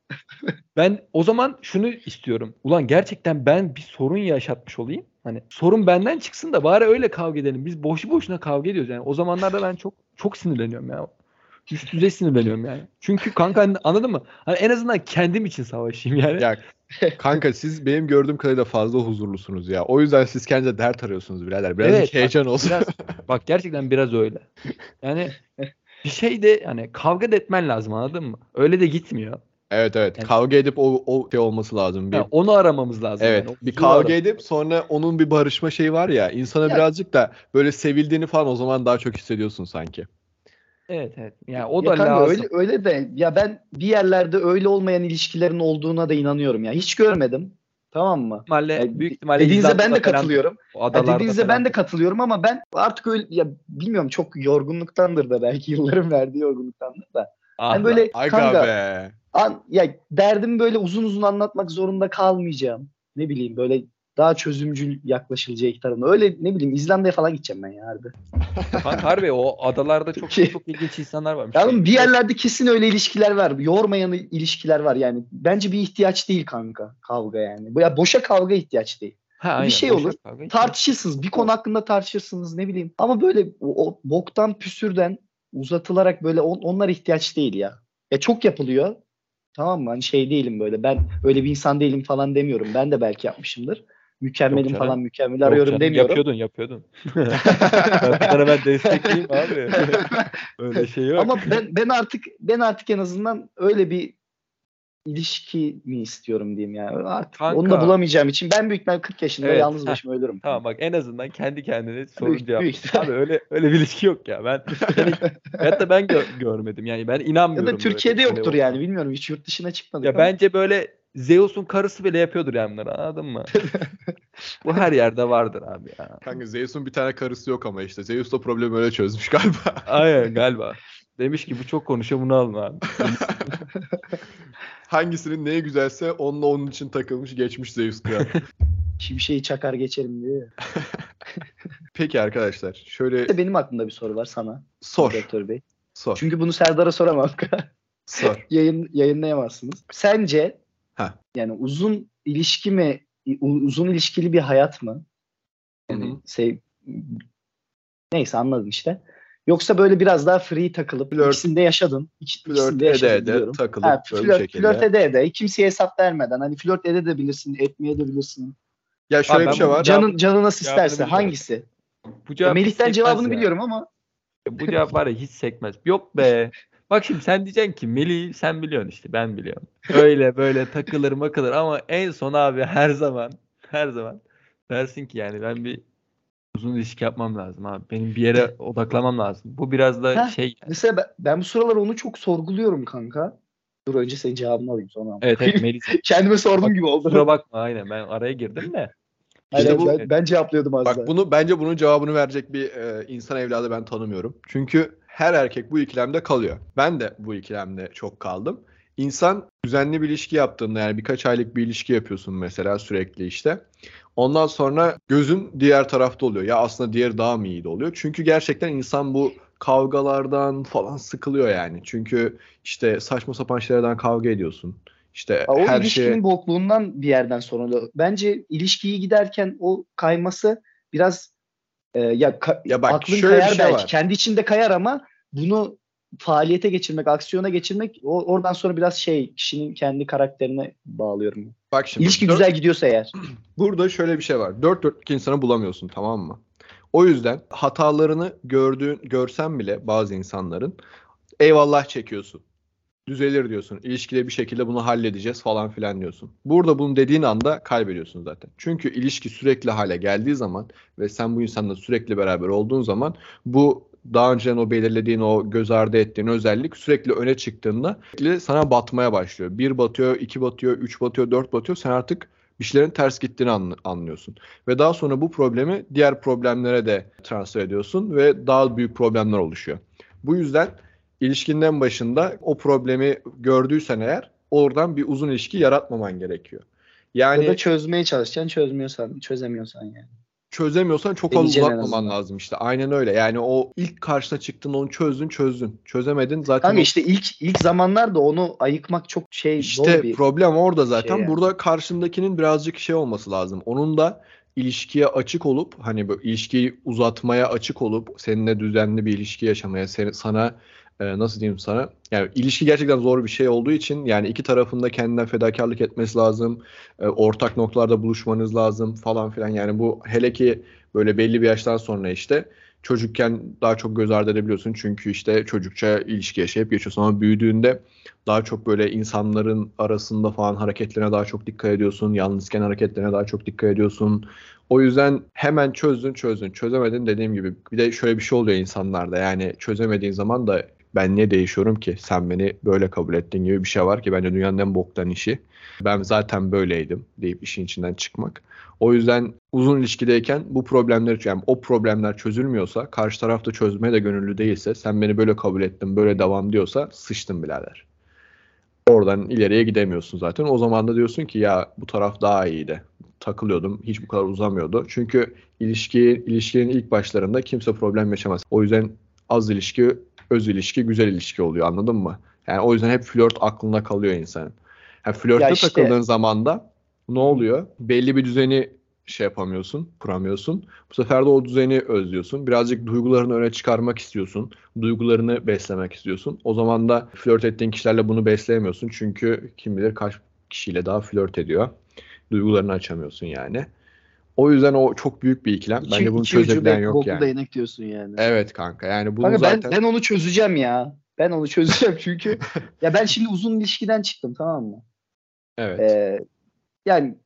Ben o zaman şunu istiyorum. Ulan gerçekten ben bir sorun yaşatmış olayım. Hani sorun benden çıksın da bari öyle kavga edelim. Biz boşu boşuna kavga ediyoruz yani. O zamanlarda ben çok çok sinirleniyorum ya. Üst düzey sinirleniyorum yani. Çünkü kanka hani anladın mı? Hani en azından kendim için savaşayım yani. Ya kanka siz benim gördüğüm kadarıyla fazla huzurlusunuz ya. O yüzden siz kendinize dert arıyorsunuz birader. Birazcık Evet, heyecan bak, olsun. Biraz, bak gerçekten biraz öyle. Yani bir şey de hani kavga da etmen lazım anladın mı? Öyle de gitmiyor. Evet evet. Yani, Kavga edip o, o şey olması lazım. Bir, ha, onu aramamız lazım evet. yani. O Bir huzuru kavga aramamız. edip sonra onun bir barışma şeyi var ya. İnsana Ya, birazcık da böyle sevildiğini falan o zaman daha çok hissediyorsun sanki. Evet evet. Yani o ya da kanka lazım. öyle öyle de ya ben bir yerlerde öyle olmayan ilişkilerin olduğuna da inanıyorum ya. Hiç görmedim. Tamam mı? ihtimalle, Ya, büyük ihtimalle dediğinize ben İzlanda'da de falandır. katılıyorum. O Ya adalarda dediğinize ben de falandır. katılıyorum ama ben artık öyle ya bilmiyorum çok yorgunluktandır da belki yılların verdiği yorgunluktandır da. Ah Hani lan. böyle Aga kanka be. an, ya derdimi böyle uzun uzun anlatmak zorunda kalmayacağım. Ne bileyim böyle daha çözümcül yaklaşılacağı iki tarafına. Öyle ne bileyim İzlanda'ya falan gideceğim ben ya harbi. Kanka harbi o adalarda çok Türkiye. çok ilginç insanlar varmış. Ya Şey, oğlum bir yerlerde kesin öyle ilişkiler var. Yormayan ilişkiler var yani. Bence bir ihtiyaç değil kanka kavga yani. Bu ya boşa kavga ihtiyaç değil. ha, Bir aynen, şey boşa olur. kavga ihtiyaç. Tartışırsınız. Bir konu hakkında tartışırsınız ne bileyim. Ama böyle o, o boktan püsürden uzatılarak böyle on, onlar ihtiyaç değil ya. Ya çok yapılıyor. Tamam mı? Hani şey değilim böyle. Ben öyle bir insan değilim falan demiyorum. Ben de belki yapmışımdır. Yok Mükemmelim canım. falan mükemmel Yok arıyorum canım, demiyorum. yapıyordun yapıyordun. Ben sana ben destekleyeyim abi. Öyle şey yok. Ama ben ben artık ben artık en azından öyle bir ilişki mi istiyorum diyeyim yani. Artık onu da Kanka bulamayacağım için ben büyük ihtimal kırk yaşında evet. yalnız Heh, başıma ölürüm. tamam bak en azından kendi kendine sorun Büyük, büyük cevaplıyorsun. ihtimal. Abi öyle öyle bir ilişki yok ya. Ben yani, hatta ben gö- görmedim. Yani ben Ya da inanmıyorum böyle Türkiye'de böyle yoktur yani olsa. bilmiyorum hiç yurt dışına çıkmadık Ya ama. bence böyle Zeus'un karısı bile yapıyordur yani bunları anladın mı? Bu her yerde vardır abi ya. Kanka Zeus'un bir tane karısı yok ama işte. Zeus da problemi öyle çözmüş galiba. Aynen galiba. Demiş ki bu çok konuşuyor bunu alın abi. Hangisinin neye güzelse onunla onun için takılmış geçmiş Zeus kral. Şimşeği çakar geçerim diyor. Peki arkadaşlar şöyle Benim aklımda bir soru var sana. sor. Moderatör Bey. Sor. Çünkü bunu Serdar'a soramam. Sor. Yayın, yayınlayamazsınız. Sence Ha. yani uzun ilişki mi uzun ilişkili bir hayat mı? Yani Hı hı. sev neyse anladın işte. Yoksa böyle biraz daha free takılıp Flört- ikisinde yaşadın. İk, Flört ikisinde ede yaşadın ede biliyorum. takılıp Ha, böyle bir flört, şekilde. flört ede ede. Kimseye hesap vermeden. Hani flört edebilirsin, etmeyebilirsin. Ya şöyle Abi bir ben şey bunun var. cevabı- Canın canı nasıl cevabını isterse. biliyorum. Hangisi? Bu Ya cevap hiç Melih'ten sekmez cevabını ya. biliyorum ama Bu cevap var ya hiç sekmez. Yok be. Bak şimdi sen diyeceksin ki Melih sen biliyorsun işte ben biliyorum. Öyle böyle takılır makılır ama en son abi her zaman her zaman dersin ki yani ben bir uzun ilişki yapmam lazım abi. Benim bir yere odaklamam lazım. Bu biraz da Heh, şey yani. mesela ben, ben bu sıralar onu çok sorguluyorum kanka. Dur önce senin cevabını alayım sonra. Evet evet Melih. Kendime sordum Bak, gibi oldu. kusura bakma aynen ben araya girdim de. Hayır, İşte bu- ben, ben cevaplıyordum az Bak daha. bunu bence bunun cevabını verecek bir e, insan evladı ben tanımıyorum. Çünkü her erkek bu ikilemde kalıyor. Ben de bu ikilemde çok kaldım. İnsan düzenli bir ilişki yaptığında yani birkaç aylık bir ilişki yapıyorsun mesela sürekli işte. Ondan sonra gözün diğer tarafta oluyor. Ya aslında diğeri daha mı iyi de oluyor. Çünkü gerçekten insan bu kavgalardan falan sıkılıyor yani. Çünkü işte saçma sapan şeylerden kavga ediyorsun. İşte Ha, o her ilişkinin şeye... bokluğundan bir yerden sonra da bence ilişkiyi giderken o kayması biraz e, ya ka- Ya bak, aklın şöyle bir kayar şey belki var. kendi içinde kayar ama bunu faaliyete geçirmek, aksiyona geçirmek o, oradan sonra biraz şey kişinin kendi karakterine bağlıyorum. Bak şimdi. İlişki dört- güzel gidiyorsa eğer. Burada şöyle bir şey var. Dört dörtlük insanı bulamıyorsun, tamam mı? O yüzden hatalarını gördüğün, görsen bile bazı insanların eyvallah çekiyorsun. Düzelir diyorsun. İlişkide bir şekilde bunu halledeceğiz falan filan diyorsun. Burada bunu dediğin anda kaybediyorsun zaten. Çünkü ilişki sürekli hale geldiği zaman ve sen bu insanla sürekli beraber olduğun zaman bu daha önceden o belirlediğin, o göz ardı ettiğin özellik sürekli öne çıktığında sürekli sana batmaya başlıyor. Bir batıyor, iki batıyor, üç batıyor, dört batıyor. Sen artık bir şeylerin ters gittiğini anlıyorsun. Ve daha sonra bu problemi diğer problemlere de transfer ediyorsun ve daha büyük problemler oluşuyor. Bu yüzden İlişkinden başında o problemi gördüysen eğer oradan bir uzun ilişki yaratmaman gerekiyor. Yani Ya da çözmeye çalışacaksın, çözmüyorsan, çözemiyorsan yani. çözemiyorsan çok fazla Deneyeceksin en uzatmaman azından. lazım işte. Aynen öyle. Yani o ilk karşına çıktın, onu çözdün çözdün. Çözemedin zaten Kanka o işte ilk ilk zamanlarda onu ayıkmak çok şey zor işte bir problem orada şey zaten. yani. Burada karşındakinin birazcık şey olması lazım. Onun da ilişkiye açık olup hani bu ilişkiyi uzatmaya açık olup seninle düzenli bir ilişki yaşamaya seni, sana e, nasıl diyeyim sana, yani ilişki gerçekten zor bir şey olduğu için yani iki tarafında kendinden fedakarlık etmesi lazım. E, ortak noktalarda buluşmanız lazım falan filan. Yani bu hele ki böyle belli bir yaştan sonra işte çocukken daha çok göz ardı edebiliyorsun. Çünkü işte çocukça ilişki yaşayıp geçiyorsun ama büyüdüğünde daha çok böyle insanların arasında falan hareketlerine daha çok dikkat ediyorsun. Yalnızken hareketlerine daha çok dikkat ediyorsun. O yüzden hemen çözdün çözdün. Çözemedin dediğim gibi. Bir de şöyle bir şey oluyor insanlarda. Yani çözemediğin zaman da ben niye değişiyorum ki? Sen beni böyle kabul ettiğin gibi bir şey var ki bence dünyanın en boktan işi. Ben zaten böyleydim deyip işin içinden çıkmak. O yüzden uzun ilişkideyken bu problemler, yani o problemler çözülmüyorsa, karşı taraf da çözmeye de gönüllü değilse, sen beni böyle kabul ettin, böyle devam diyorsa sıçtın birader. Oradan ileriye gidemiyorsun zaten. O zaman da diyorsun ki ya bu taraf daha iyiydi. Takılıyordum. Hiç bu kadar uzamıyordu. Çünkü ilişki, ilişkinin ilk başlarında kimse problem yaşamaz. O yüzden az ilişki, öz ilişki, güzel ilişki oluyor. Anladın mı? Yani o yüzden hep flört aklında kalıyor insanın. Yani Ya flörtte işte takıldığın zaman da ne hı hı. oluyor? Belli bir düzeni şey yapamıyorsun, kuramıyorsun. Bu sefer de o düzeni özlüyorsun. Birazcık duygularını öne çıkarmak istiyorsun. Duygularını beslemek istiyorsun. O zaman da flört ettiğin kişilerle bunu besleyemiyorsun. Çünkü kim bilir kaç kişiyle daha flört ediyor. Duygularını açamıyorsun yani. O yüzden o çok büyük bir ikilem. iki, Bence bunu iki ucu çözebilen be- yok boklu yani. değnek diyorsun yani. Evet kanka. Yani bunu Kanka ben zaten ben onu çözeceğim ya. Ben onu çözeceğim çünkü ya ben şimdi uzun ilişkiden çıktım, tamam mı? evet. Ee, yani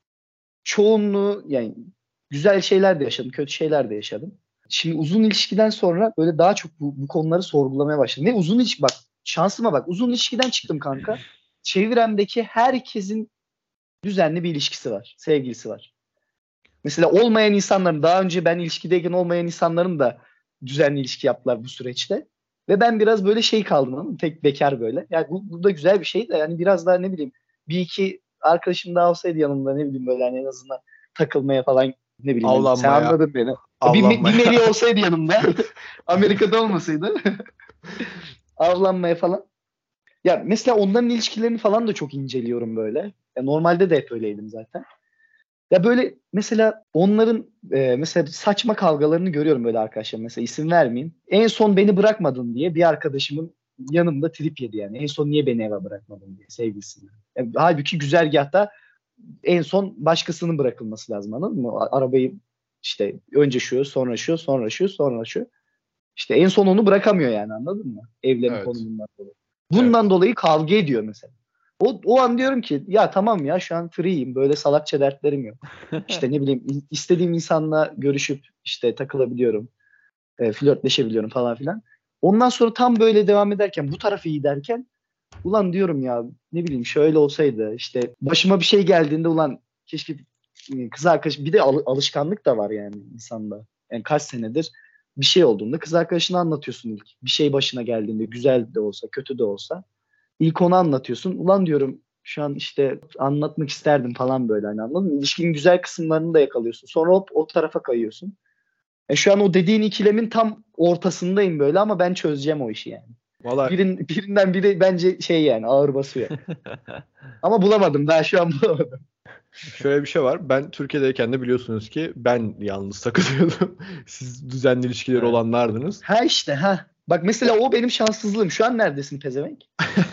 çoğunluğu yani güzel şeyler de yaşadım, kötü şeyler de yaşadım. Şimdi uzun ilişkiden sonra böyle daha çok bu, bu konuları sorgulamaya başladım. Ve uzun ilişki bak, şansıma bak, uzun ilişkiden çıktım kanka. Çevremdeki herkesin düzenli bir ilişkisi var, sevgilisi var. Mesela olmayan insanların, daha önce ben ilişkideyken olmayan insanların da düzenli ilişki yaptılar bu süreçte. Ve ben biraz böyle şey kaldım, anladın mı? Tek bekar böyle. Yani bu, bu da güzel bir şey de yani biraz daha ne bileyim bir iki arkadaşım daha olsaydı yanımda, ne bileyim böyle hani en azından takılmaya falan, ne bileyim hani sen Avlanmaya, anladın beni. Bir, me- bir avlanmaya. Melih olsaydı yanımda Amerika'da olmasaydı avlanmaya falan. Ya mesela onların ilişkilerini falan da çok inceliyorum böyle. Ya normalde de hep öyleydim zaten. Ya böyle mesela onların e, mesela saçma kavgalarını görüyorum böyle arkadaşlar. Mesela isim vermeyeyim. En son beni bırakmadın diye bir arkadaşımın yanımda trip yedi yani. En son niye beni eve bırakmadın diye sevgilisine. Yani halbuki güzergahta en son başkasının bırakılması lazım, anladın mı? A- Arabayı işte önce şu, sonra şu, sonra şu, sonra şu. İşte en son onu bırakamıyor yani, anladın mı? Evlerin Evet. konumundan dolayı. Evet. Bundan dolayı kavga ediyor mesela. O, o an diyorum ki ya tamam ya şu an free'yim. Böyle salakça dertlerim yok. İşte ne bileyim i- istediğim insanla görüşüp işte takılabiliyorum. E, flörtleşebiliyorum falan filan. Ondan sonra tam böyle devam ederken bu taraf iyi derken ulan diyorum ya ne bileyim şöyle olsaydı, işte başıma bir şey geldiğinde ulan keşke e, kız arkadaş, bir de al- alışkanlık da var yani insanda. Yani kaç senedir bir şey olduğunda kız arkadaşına anlatıyorsun ilk. Bir şey başına geldiğinde güzel de olsa kötü de olsa ilk onu anlatıyorsun. Ulan diyorum şu an işte anlatmak isterdim falan böyle, hani anladın mı? İlişkinin güzel kısımlarını da yakalıyorsun. Sonra hop o tarafa kayıyorsun. E şu an o dediğin ikilemin tam ortasındayım böyle ama ben çözeceğim o işi yani. Valla Birin, birinden biri bence şey yani ağır basıyor. Ama bulamadım. Daha şu an bulamadım. şöyle bir şey var. Ben Türkiye'deyken de biliyorsunuz ki ben yalnız takılıyordum. Siz düzenli ilişkileri Evet. olanlardınız. Ha işte ha. Bak mesela o benim şanssızlığım. Şu an neredesin pezevenk?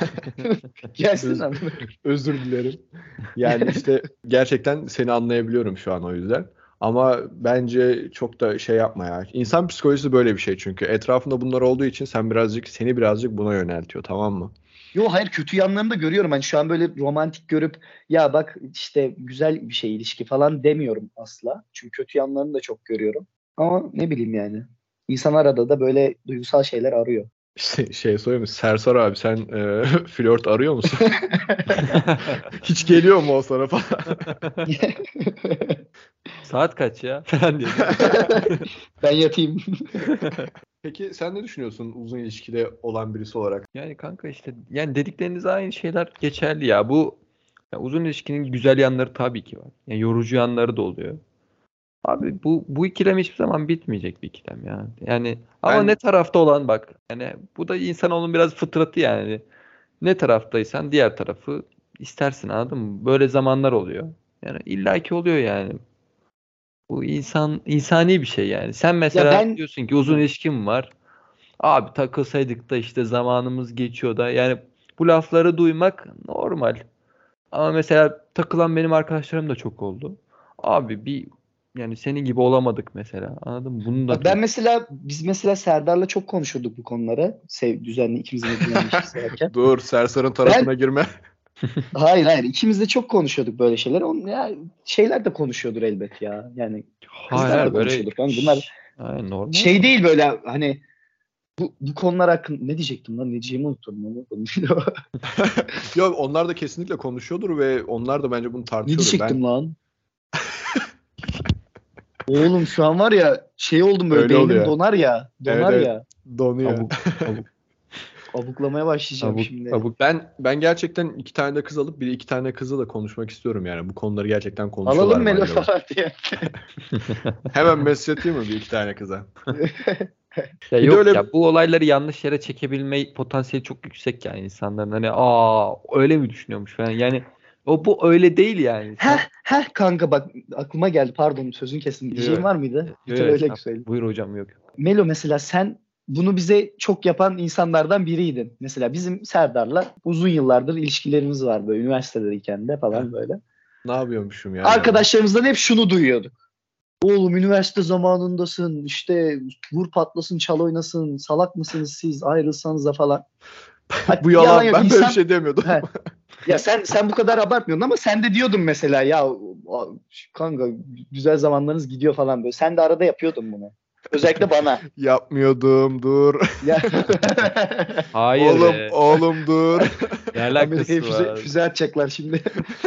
Gelsin Öz- abi. Özür dilerim. Yani işte gerçekten seni anlayabiliyorum şu an o yüzden. Ama bence çok da şey yapma ya. İnsan psikolojisi böyle bir şey çünkü. Etrafında bunlar olduğu için sen birazcık seni birazcık buna yöneltiyor, tamam mı? Yo hayır, kötü yanlarını da görüyorum. Hani şu an böyle romantik görüp ya bak işte güzel bir şey ilişki falan demiyorum asla. Çünkü kötü yanlarını da çok görüyorum. Ama ne bileyim yani. İnsan arada da böyle duygusal şeyler arıyor. İşte şey sorayım mı? Sersar abi sen e, flört arıyor musun? Hiç geliyor mu o sana falan? Saat kaç ya? Falan diye değil mi? Ben yatayım. Peki sen ne düşünüyorsun uzun ilişkide olan birisi olarak? Yani kanka işte yani dedikleriniz aynı şeyler geçerli ya. Bu ya uzun ilişkinin güzel yanları tabii ki var. Yani yorucu yanları da oluyor. Abi bu bu ikilem hiçbir zaman bitmeyecek bir ikilem ya. Yani ama Ben ne tarafta olan bak. Yani bu da insanoğlunun biraz fıtratı yani. Ne taraftaysan diğer tarafı istersin, anladın mı? Böyle zamanlar oluyor. Yani illaki oluyor yani. Bu insan insani bir şey yani. Sen Ya mesela ben diyorsun ki uzun ilişkim var. Abi takılsaydık da işte zamanımız geçiyor da. Yani bu lafları duymak normal. Ama mesela takılan benim arkadaşlarım da çok oldu. Abi bir yani senin gibi olamadık mesela. Anladın mı? Bunu da bak ben duydum. mesela biz mesela Serdar'la çok konuşuyorduk bu konuları. Sev, düzenli ikimizin de düzenli ilişkisi varken. dur Sersar'ın tarafına Ben girme. hayır hayır ikimiz de çok konuşuyorduk böyle şeyler. On, ya, şeyler de konuşuyordur elbet ya. Yani Hayır kızlar da hayır böyle konuşuyordur. Yani bunlar Şş, aynen normal. şey değil böyle hani bu, bu konular hakkında ne diyecektim lan? Ne diyeceğimi unuttum. unuttum. Yok onlar da kesinlikle konuşuyordur ve onlar da bence bunu Ne tartışıyordur. Ben diyecektim lan? Oğlum şu an var ya şey oldum böyle öyle beynim oluyor. donar ya. Evet Donar evet ya. donuyor. Abuk abuk Abuklamaya başlayacağım abuk şimdi. abuk. Ben ben gerçekten iki tane de kız alıp bir de iki tane kızla da konuşmak istiyorum yani. Bu konuları gerçekten Alalım konuşuyorlar mı Melo acaba? falan diye. Hemen mesaj atayım mı bir iki tane kıza? Ya Bir de yok öyle ya, bu olayları yanlış yere çekebilme potansiyeli çok yüksek yani insanların, hani aa öyle mi düşünüyormuş falan. Yani o bu öyle değil yani. Heh Sen heh kanka bak aklıma geldi pardon sözün kesin. yo Diyeceğim yo var mıydı? yo Bitir yo, öyle estağfurullah. söyle. Buyur hocam, yok yok. Melo mesela sen bunu bize çok yapan insanlardan biriydin. Mesela bizim Serdar'la uzun yıllardır ilişkilerimiz var böyle üniversitedeyken de Heh, falan böyle. ne yapıyormuşum ya acaba? Arkadaşlarımızdan hep şunu duyuyorduk. Oğlum üniversite zamanındasın işte vur patlasın çal oynasın salak mısınız siz ayrılsanıza falan. Ha, Bu yalan yalan yok ben böyle bir insan şey demiyordum. he, ya sen sen bu kadar abartmıyorsun ama sen de diyordun mesela ya a- kanka güzel zamanlarınız gidiyor falan böyle. Sen de arada yapıyordun bunu. Özellikle bana. Yapmıyordum dur. Ya Hayır Oğlum be. oğlum dur. Ne Amerika'ya alakası füze, var? füze atacaklar şimdi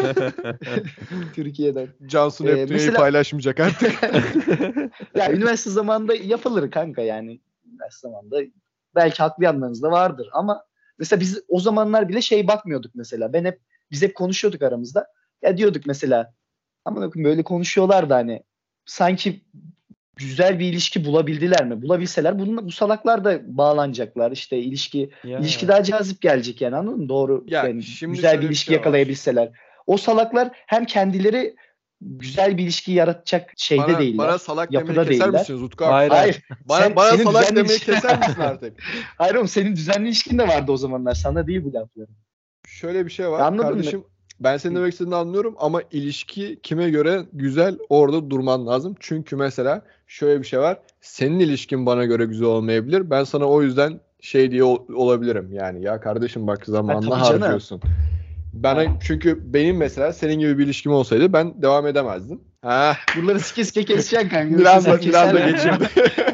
Türkiye'den. Cansu Ee, Neptüne'yi mesela paylaşmayacak artık. ya üniversite zamanında yapılır kanka yani. Üniversite zamanında belki haklı yanlarınız da vardır ama mesela biz o zamanlar bile şey bakmıyorduk mesela. Ben hep biz hep konuşuyorduk aramızda. Ya diyorduk mesela ama böyle konuşuyorlar da hani sanki güzel bir ilişki bulabildiler mi? Bulabilseler bunun, bu salaklar da bağlanacaklar. İşte ilişki ilişki Ya daha cazip gelecek yani anladın mı? Doğru Ya yani şimdi güzel bir şöyle bir ilişki şey var. yakalayabilseler. O salaklar hem kendileri güzel bir ilişki yaratacak şeyde Bana bana değiller. salak demeyi Yapıda keser değiller. misiniz Utku artık? hayır hayır. Hayır. Bana Sen bana senin salak düzenli demeyi ilişkin keser misin artık? Hayır oğlum senin düzenli ilişkin de vardı o zamanlar. Sana değil bu lafları. Şöyle bir şey Ya var. anladın mı? Kardeşim ben senin demek istediğini anlıyorum ama ilişki kime göre güzel orada durman lazım. Çünkü mesela şöyle bir şey var. Senin ilişkin bana göre güzel olmayabilir. Ben sana o yüzden şey diye ol- olabilirim. Yani ya kardeşim bak Ha, zamanla tabii canım. harcıyorsun. Bana Ha. çünkü benim mesela senin gibi bir ilişkim olsaydı ben devam edemezdim. Ha, Buraları sike sike keseceksin kanka. Yoksa Miranda seni Miranda keserler. geçirdi.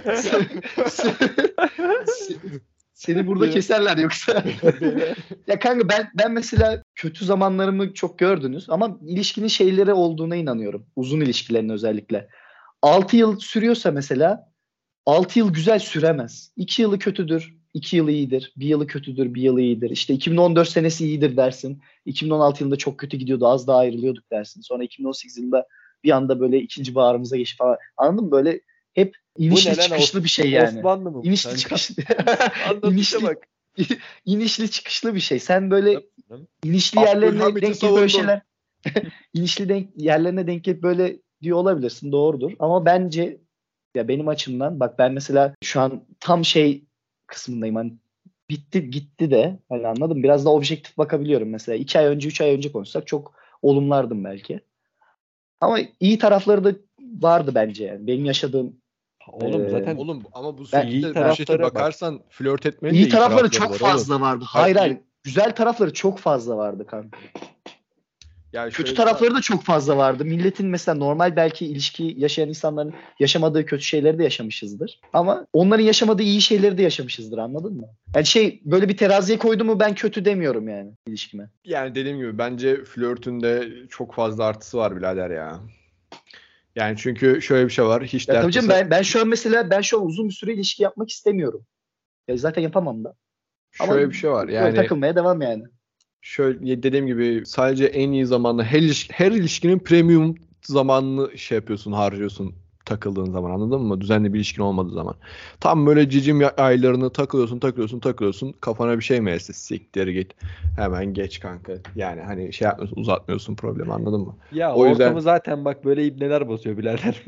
Seni burada keserler yoksa. Ya kanka ben ben mesela kötü zamanlarımı çok gördünüz ama ilişkinin şeyleri olduğuna inanıyorum. Uzun ilişkilerin özellikle. altı yıl sürüyorsa mesela altı yıl güzel süremez. iki yılı kötüdür, iki yıl iyidir. Bir yılı kötüdür, bir yıl iyidir. İşte iki bin on dört senesi iyidir dersin. iki bin on altı yılında çok kötü gidiyordu, az daha ayrılıyorduk dersin. Sonra iki bin on sekiz yılında bir anda böyle ikinci baharımıza geçip falan. Anladın mı? Böyle hep Bu inişli ne lan, çıkışlı Os- bir şey yani. Osmanlı mı bu İnişli kanka? çıkışlı. Anlatışa inişli bak. inişli çıkışlı bir şey. Sen böyle Yaptım. inişli yerlerine Abdülhamit'i denk gelip böyle savundun. şeyler inişli denk, yerlerine denk gelip böyle diyor olabilirsin. Doğrudur. Ama bence ya benim açımdan bak ben mesela şu an tam şey kısmındayım. Hani bitti gitti de hani anladım. Biraz daha objektif bakabiliyorum mesela. iki ay önce üç ay önce konuşsak çok olumlardım belki. Ama iyi tarafları da vardı bence yani. Benim yaşadığım Oğlum e, zaten Oğlum ama bu ben, iyi süreçte bu şekilde tarafları bak. bakarsan flört etmenin de iyi iyi tarafları tarafları çok var oğlum. fazla vardı. Hayır, Hayır iyi- hayır. Güzel tarafları çok fazla vardı kanka. Ya Kötü şöyle bir şey var. tarafları da çok fazla vardı. Milletin mesela normal belki ilişki yaşayan insanların yaşamadığı kötü şeyleri de yaşamışızdır. Ama onların yaşamadığı iyi şeyleri de yaşamışızdır anladın mı? Yani şey böyle bir teraziye koydu mu ben kötü demiyorum yani ilişkime. Yani dediğim gibi bence flörtün de çok fazla artısı var birader ya. Yani çünkü şöyle bir şey var. Hiç Ya dert tabii canım tasa ben, ben şu an mesela ben şu an uzun bir süre ilişki yapmak istemiyorum. Ya zaten yapamam da. Ama şöyle bir şey var. böyle Yani takılmaya devam yani. şöyle dediğim gibi sadece en iyi zamanla her, ilişki, her ilişkinin premium zamanını şey yapıyorsun, harcıyorsun. takıldığın zaman, anladın mı? Düzenli bir ilişkin olmadığı zaman. Tam böyle cicim aylarını takılıyorsun takılıyorsun takılıyorsun. Kafana bir şey mi esti? Siktir git. Hemen geç kanka. Yani hani şey yapmıyorsun, uzatmıyorsun problemi, anladın mı? Ya O yüzden- ortamı zaten bak böyle ibneler basıyor birader.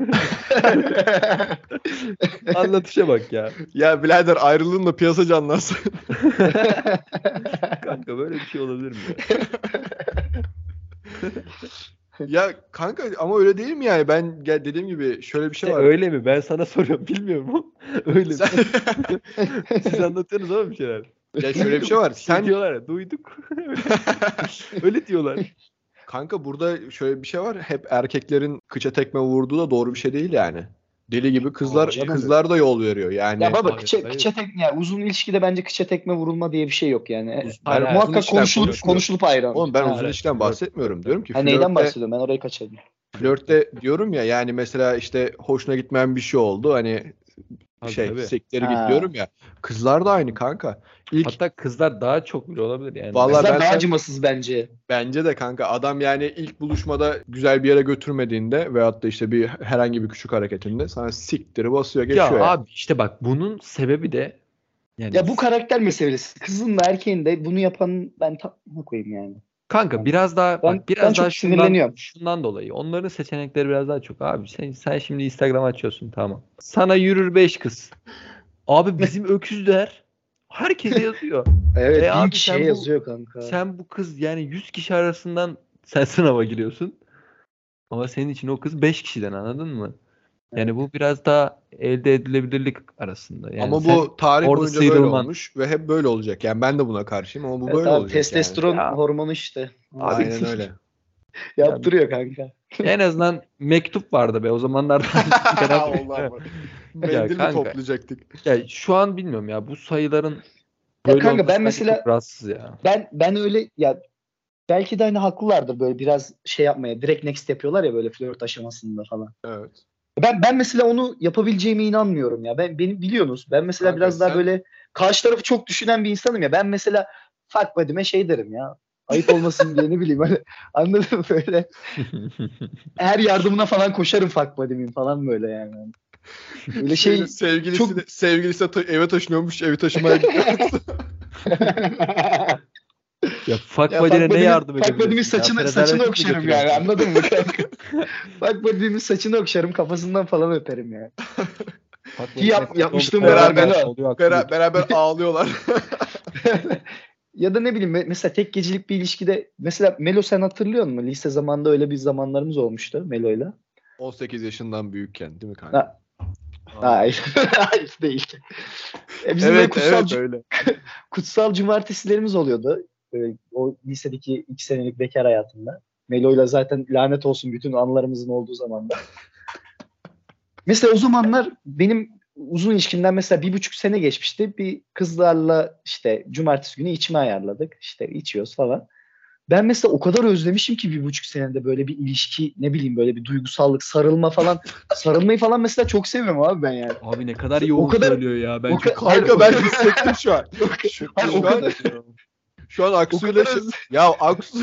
Anlatışa bak ya. Ya birader ayrılığın da piyasa canlansın. Kanka böyle bir şey olabilir mi ya? Ya kanka ama öyle değil mi yani? Ben gel- dediğim gibi şöyle bir şey İşte var. öyle mi? Ben sana soruyorum. Bilmiyorum ama öyle mi? Sen- Siz anlatıyorsunuz ama bir şeyler. Ya şöyle bir şey var. Sen Sen diyorlar ya duyduk. Öyle diyorlar. kanka burada şöyle bir şey var. Hep erkeklerin kıça tekme vurduğu da doğru bir şey değil yani. Deli gibi kızlar Aa, canım. kızlar da yol veriyor yani. Ya baba Hayır, kıça, hayır. kıça tekme yani uzun ilişkide bence kıça tekme vurulma diye bir şey yok yani. Hayır, Yani hayır, uzun muhakkak ilişkiden konuşulup konuşmuyorum. konuşulup ayrılır. Oğlum ben Ha, uzun evet. ilişkiden bahsetmiyorum. Diyorum ki ha, neyden flörtte, bahsediyorum? Ben orayı kaçırdım. flörtte diyorum ya yani mesela işte hoşuna gitmeyen bir şey oldu. Hani Tabii, şey tabii. siktir Ha. git diyorum ya. Kızlar da aynı kanka. İlk Hatta kızlar daha çok bile olabilir yani. Vallahi Kızlar ben daha sen- acımasız bence. Bence de kanka adam yani ilk buluşmada güzel bir yere götürmediğinde veyahut da işte bir herhangi bir küçük hareketinde sana siktiri basıyor Ya geçiyor ya. abi işte bak bunun sebebi de yani Ya bu karakter meselesi. Kızın da erkeğin de bunu yapan ben takma koyayım yani. kanka biraz daha Ben- bak biraz ben çok daha şundan, sinirleniyorum. şundan dolayı. Onların seçenekleri biraz daha çok. Abi sen sen şimdi Instagram açıyorsun tamam. Sana yürür beş kız. Abi bizim öküzler herkese yazıyor. Evet E bin abi kişiye sen bu- yazıyor kanka. Sen bu kız yani yüz kişi arasından sen sınava giriyorsun. Ama senin için o kız beş kişiden, anladın mı? Yani bu biraz daha elde edilebilirlik arasında. Yani ama sen bu tarih orada boyunca böyle sıyrılman. olmuş ve hep böyle olacak. Yani ben de buna karşıyım ama bu Evet böyle abi, olacak testosteron Ya. hormonu işte. Abi- Aynen öyle. Yaptırıyor kanka. en azından mektup vardı be o zamanlarda. Allah'ım. Mendil mi kanka. toplayacaktık? Ya şu an bilmiyorum ya bu sayıların Ya böyle kanka, olması ben bence mesela- çok rahatsız ya. Ben ben öyle ya, belki de hani haklılardır böyle biraz şey yapmaya. Direkt next yapıyorlar ya böyle flört aşamasında falan. Evet. Ben ben mesela onu yapabileceğime inanmıyorum ya. Ben benim biliyorsunuz. Ben mesela Kanka biraz daha sen- böyle karşı tarafı çok düşünen bir insanım ya. Ben mesela fuck buddy'me şey derim ya. Ayıp olmasın diye, ne bileyim öyle. Anladın mı böyle? Her yardımına falan koşarım fuck buddy'min falan böyle yani. Öyle şey sevgilisi çok- sevgilisi ta- eve taşınıyormuş, evi taşımaya gidiyor. Ya fuck ya buddy'ne ne buddy'min- yardım fuck buddy'min edebilirsin? ya? saçını, Prezervatif saçını mi okşarım götürüyorsun? yani, anladın mı kanka? Fuck buddy'min saçını okşarım, kafasından falan öperim yani. Fuck Ki buddy'ne yap- fuck yapmışlığım oldukları var, zaman Melo. oluyor, Bera- haklılık. beraber ağlıyorlar. Ya da ne bileyim, me- mesela tek gecelik bir ilişkide, mesela Melo sen hatırlıyor musun? Lise zamanında öyle bir zamanlarımız olmuştu Melo'yla. on sekiz yaşından büyükken değil mi kanka? Ha, hayır. Hayır değil. E bizim böyle Evet, kutsal, evet öyle. kutsal cumartesilerimiz oluyordu. Böyle o lisedeki iki senelik bekar hayatımda. Melo'yla zaten lanet olsun bütün anılarımızın olduğu zamanda. Mesela o zamanlar benim uzun ilişkimden mesela bir buçuk sene geçmişti. Bir kızlarla işte cumartesi günü içme ayarladık. İşte içiyoruz falan. Ben mesela o kadar özlemişim ki bir buçuk senede böyle bir ilişki, ne bileyim böyle bir duygusallık, sarılma falan. Sarılmayı falan mesela çok seviyorum abi ben yani. Abi ne kadar yoğun kadar- söylüyor ya. Ben o çok ka- Kanka ben hissettim şu an. Şu, Hayır, o şu an, kadar. şu an Aksu'yla şey... Ya Aksu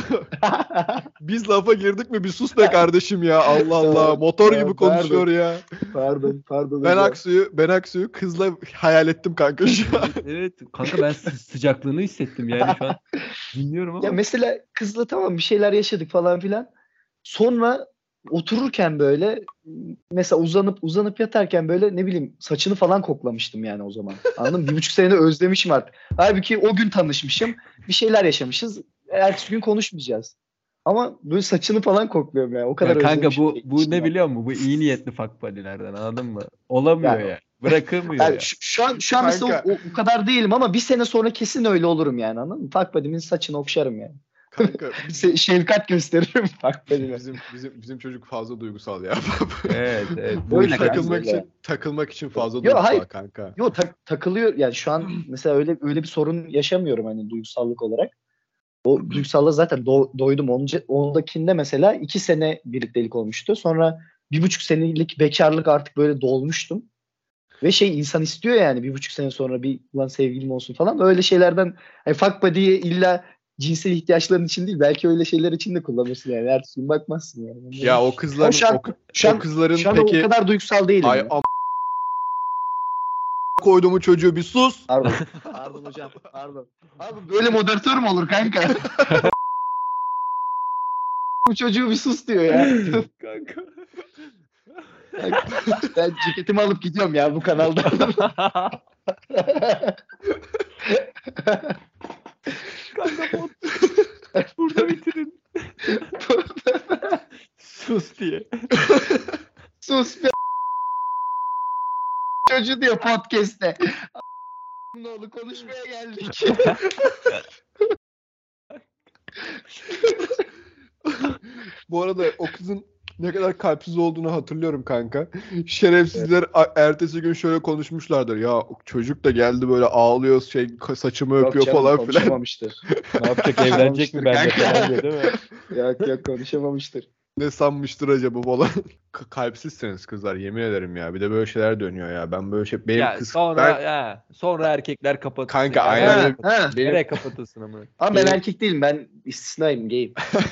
biz lafa girdik mi bir sus be kardeşim ya. Allah Allah. Tamam, Motor tamam, gibi konuşuyor pardon. ya. Pardon, pardon. Ben hocam. Aksu'yu ben Aksu'yu kızla hayal ettim kanka şu an. Evet kanka ben sı- sıcaklığını hissettim yani şu an dinliyorum ama. Ya mesela kızla tamam bir şeyler yaşadık falan filan. Sonra otururken böyle mesela uzanıp uzanıp yatarken böyle ne bileyim saçını falan koklamıştım yani o zaman. Anladın mı? Bir buçuk senede özlemişim artık. Halbuki o gün tanışmışım. Bir şeyler yaşamışız. Ertesi gün konuşmayacağız. Ama böyle saçını falan kokluyorum yani. O kadar Ya kanka özlemişim bu ki bu içimden. ne biliyor musun? Bu iyi niyetli fuck buddy'lerden, anladın mı? Olamıyor Yani- ya. Bırakamıyor Yani ya. şu, şu an şu an mesela Kanka. o, o kadar değilim ama bir sene sonra kesin öyle olurum yani, anladın mı? Fuck buddy'min saçını okşarım yani. Kanka Se- şefkat gösteririm fuck buddy'me. bizim bizim bizim çocuk fazla duygusal ya. Evet evet. Bu Öyle iş kanka, takılmak öyle. için takılmak için fazla Yo, duygusal hayır. kanka. Yo tak- takılıyor yani şu an mesela öyle öyle bir sorun yaşamıyorum hani duygusallık olarak. O duygusallığa zaten do- doydum. Onca, ondakinde mesela iki sene birliktelik olmuştu. Sonra bir buçuk senelik bekarlık artık böyle dolmuştum. Ve şey insan istiyor yani bir buçuk sene sonra bir ulan sevgilim olsun falan. Öyle şeylerden hani fuck buddy'ye illa cinsel ihtiyaçların için değil. Belki öyle şeyler için de kullanırsın yani. Ertesi gün bakmazsın yani. Ya o kızların şu an, o, şu an, o kızların şu an peki o kadar duygusal değilim. ay ya. am koyduğumu çocuğu bir sus. Pardon. Pardon hocam. Pardon. Abi böyle moderatör mü olur kanka? Bu çocuğu bir sus diyor ya. Kanka. Ben ceketimi alıp gidiyorum ya bu kanalda. Kanka bot. Burada bitirin. Sus diye. Sus be. Çocuğu diyor podcast'te. Ne oldu konuşmaya geldik. Bu arada o kızın ne kadar kalpsiz olduğunu hatırlıyorum kanka. Şerefsizler a- ertesi gün şöyle konuşmuşlardır. Ya çocuk da geldi böyle ağlıyor, şey ka- saçımı Yok öpüyor canım, falan filan. konuşamamıştır. Ne yapacak, evlenecek mi benimle falan diyor değil mi? Yok yok konuşamamıştır. Ne sanmıştır acaba falan. K- Kalpsizsiniz kızlar, yemin ederim ya. Bir de böyle şeyler dönüyor ya. Ben böyle şey benim Ya kız sonra ben ya sonra erkekler kapatılsın. Kanka, Ya. aynen Ha, öyle. ha. benim Nereye kapatılsın ama? Ama ben Benim- erkek değilim. Ben istisnayım. Gayim.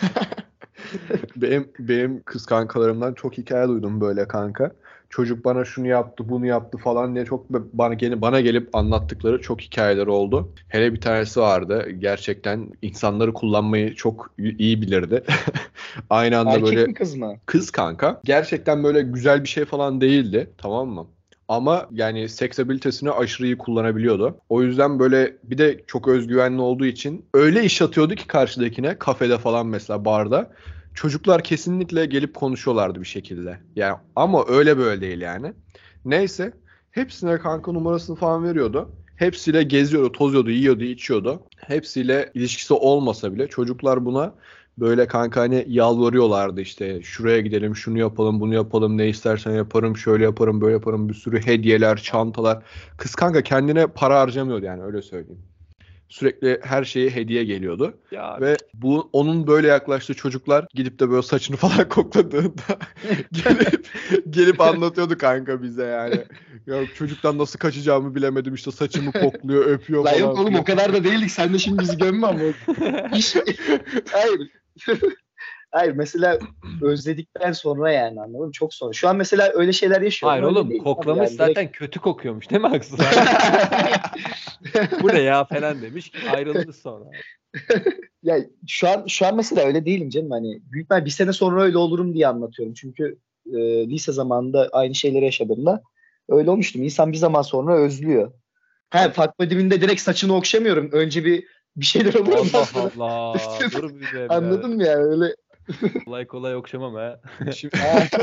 benim benim kız kankalarımdan çok hikaye duydum böyle kanka. Çocuk bana şunu yaptı, bunu yaptı falan diye çok bana gelip bana gelip anlattıkları çok hikayeler oldu. Hele bir tanesi vardı. Gerçekten insanları kullanmayı çok iyi bilirdi. Aynı anda Erkek böyle mi kız mı? kız kanka. Gerçekten böyle güzel bir şey falan değildi. Tamam mı? Ama yani seksabilitesini aşırı iyi kullanabiliyordu. O yüzden böyle bir de çok özgüvenli olduğu için öyle iş atıyordu ki karşıdakine, kafede falan mesela, barda. Çocuklar kesinlikle gelip konuşuyorlardı bir şekilde. Yani ama öyle böyle değil yani. Neyse, hepsine kanka numarasını falan veriyordu. Hepsiyle geziyordu, tozuyordu, yiyordu, içiyordu. Hepsiyle ilişkisi olmasa bile çocuklar buna böyle kanka hani yalvarıyorlardı, işte şuraya gidelim, şunu yapalım, bunu yapalım, ne istersen yaparım, şöyle yaparım, böyle yaparım, bir sürü hediyeler, çantalar. Kız kanka kendine para harcamıyordu yani, öyle söyleyeyim. Sürekli her şeye hediye geliyordu. Ya Ve bu onun böyle yaklaştığı çocuklar gidip de böyle saçını falan kokladığında gelip gelip anlatıyordu kanka bize yani. Ya çocuktan nasıl kaçacağımı bilemedim, işte saçımı kokluyor, öpüyor Lan falan. yok oğlum filan. o kadar da değildik. Sen de şimdi bizi gömme ama. İş... Hayır. Hayır mesela özledikten sonra yani anladın mı? Çok sonra. Şu an mesela öyle şeyler yaşıyorum. hayır öyle oğlum, değil. koklamış Yani zaten direkt- kötü kokuyormuş değil mi Aksın? Bu ne ya falan demiş, ayrıldı sonra. Ya şu an şu an mesela öyle değilim canım, hani büyük ihtimal bir sene sonra öyle olurum diye anlatıyorum. Çünkü e, lise zamanında aynı şeyleri yaşadığımda öyle olmuştum. İnsan bir zaman sonra özlüyor. He, Fatma dibinde direkt saçını okşamıyorum. Önce bir bir şeyler oluyor. ondan Allah sonra- Allah. Dur bir de. Anladın mı yani öyle? Kolay kolay okşamam ha. Şimdi,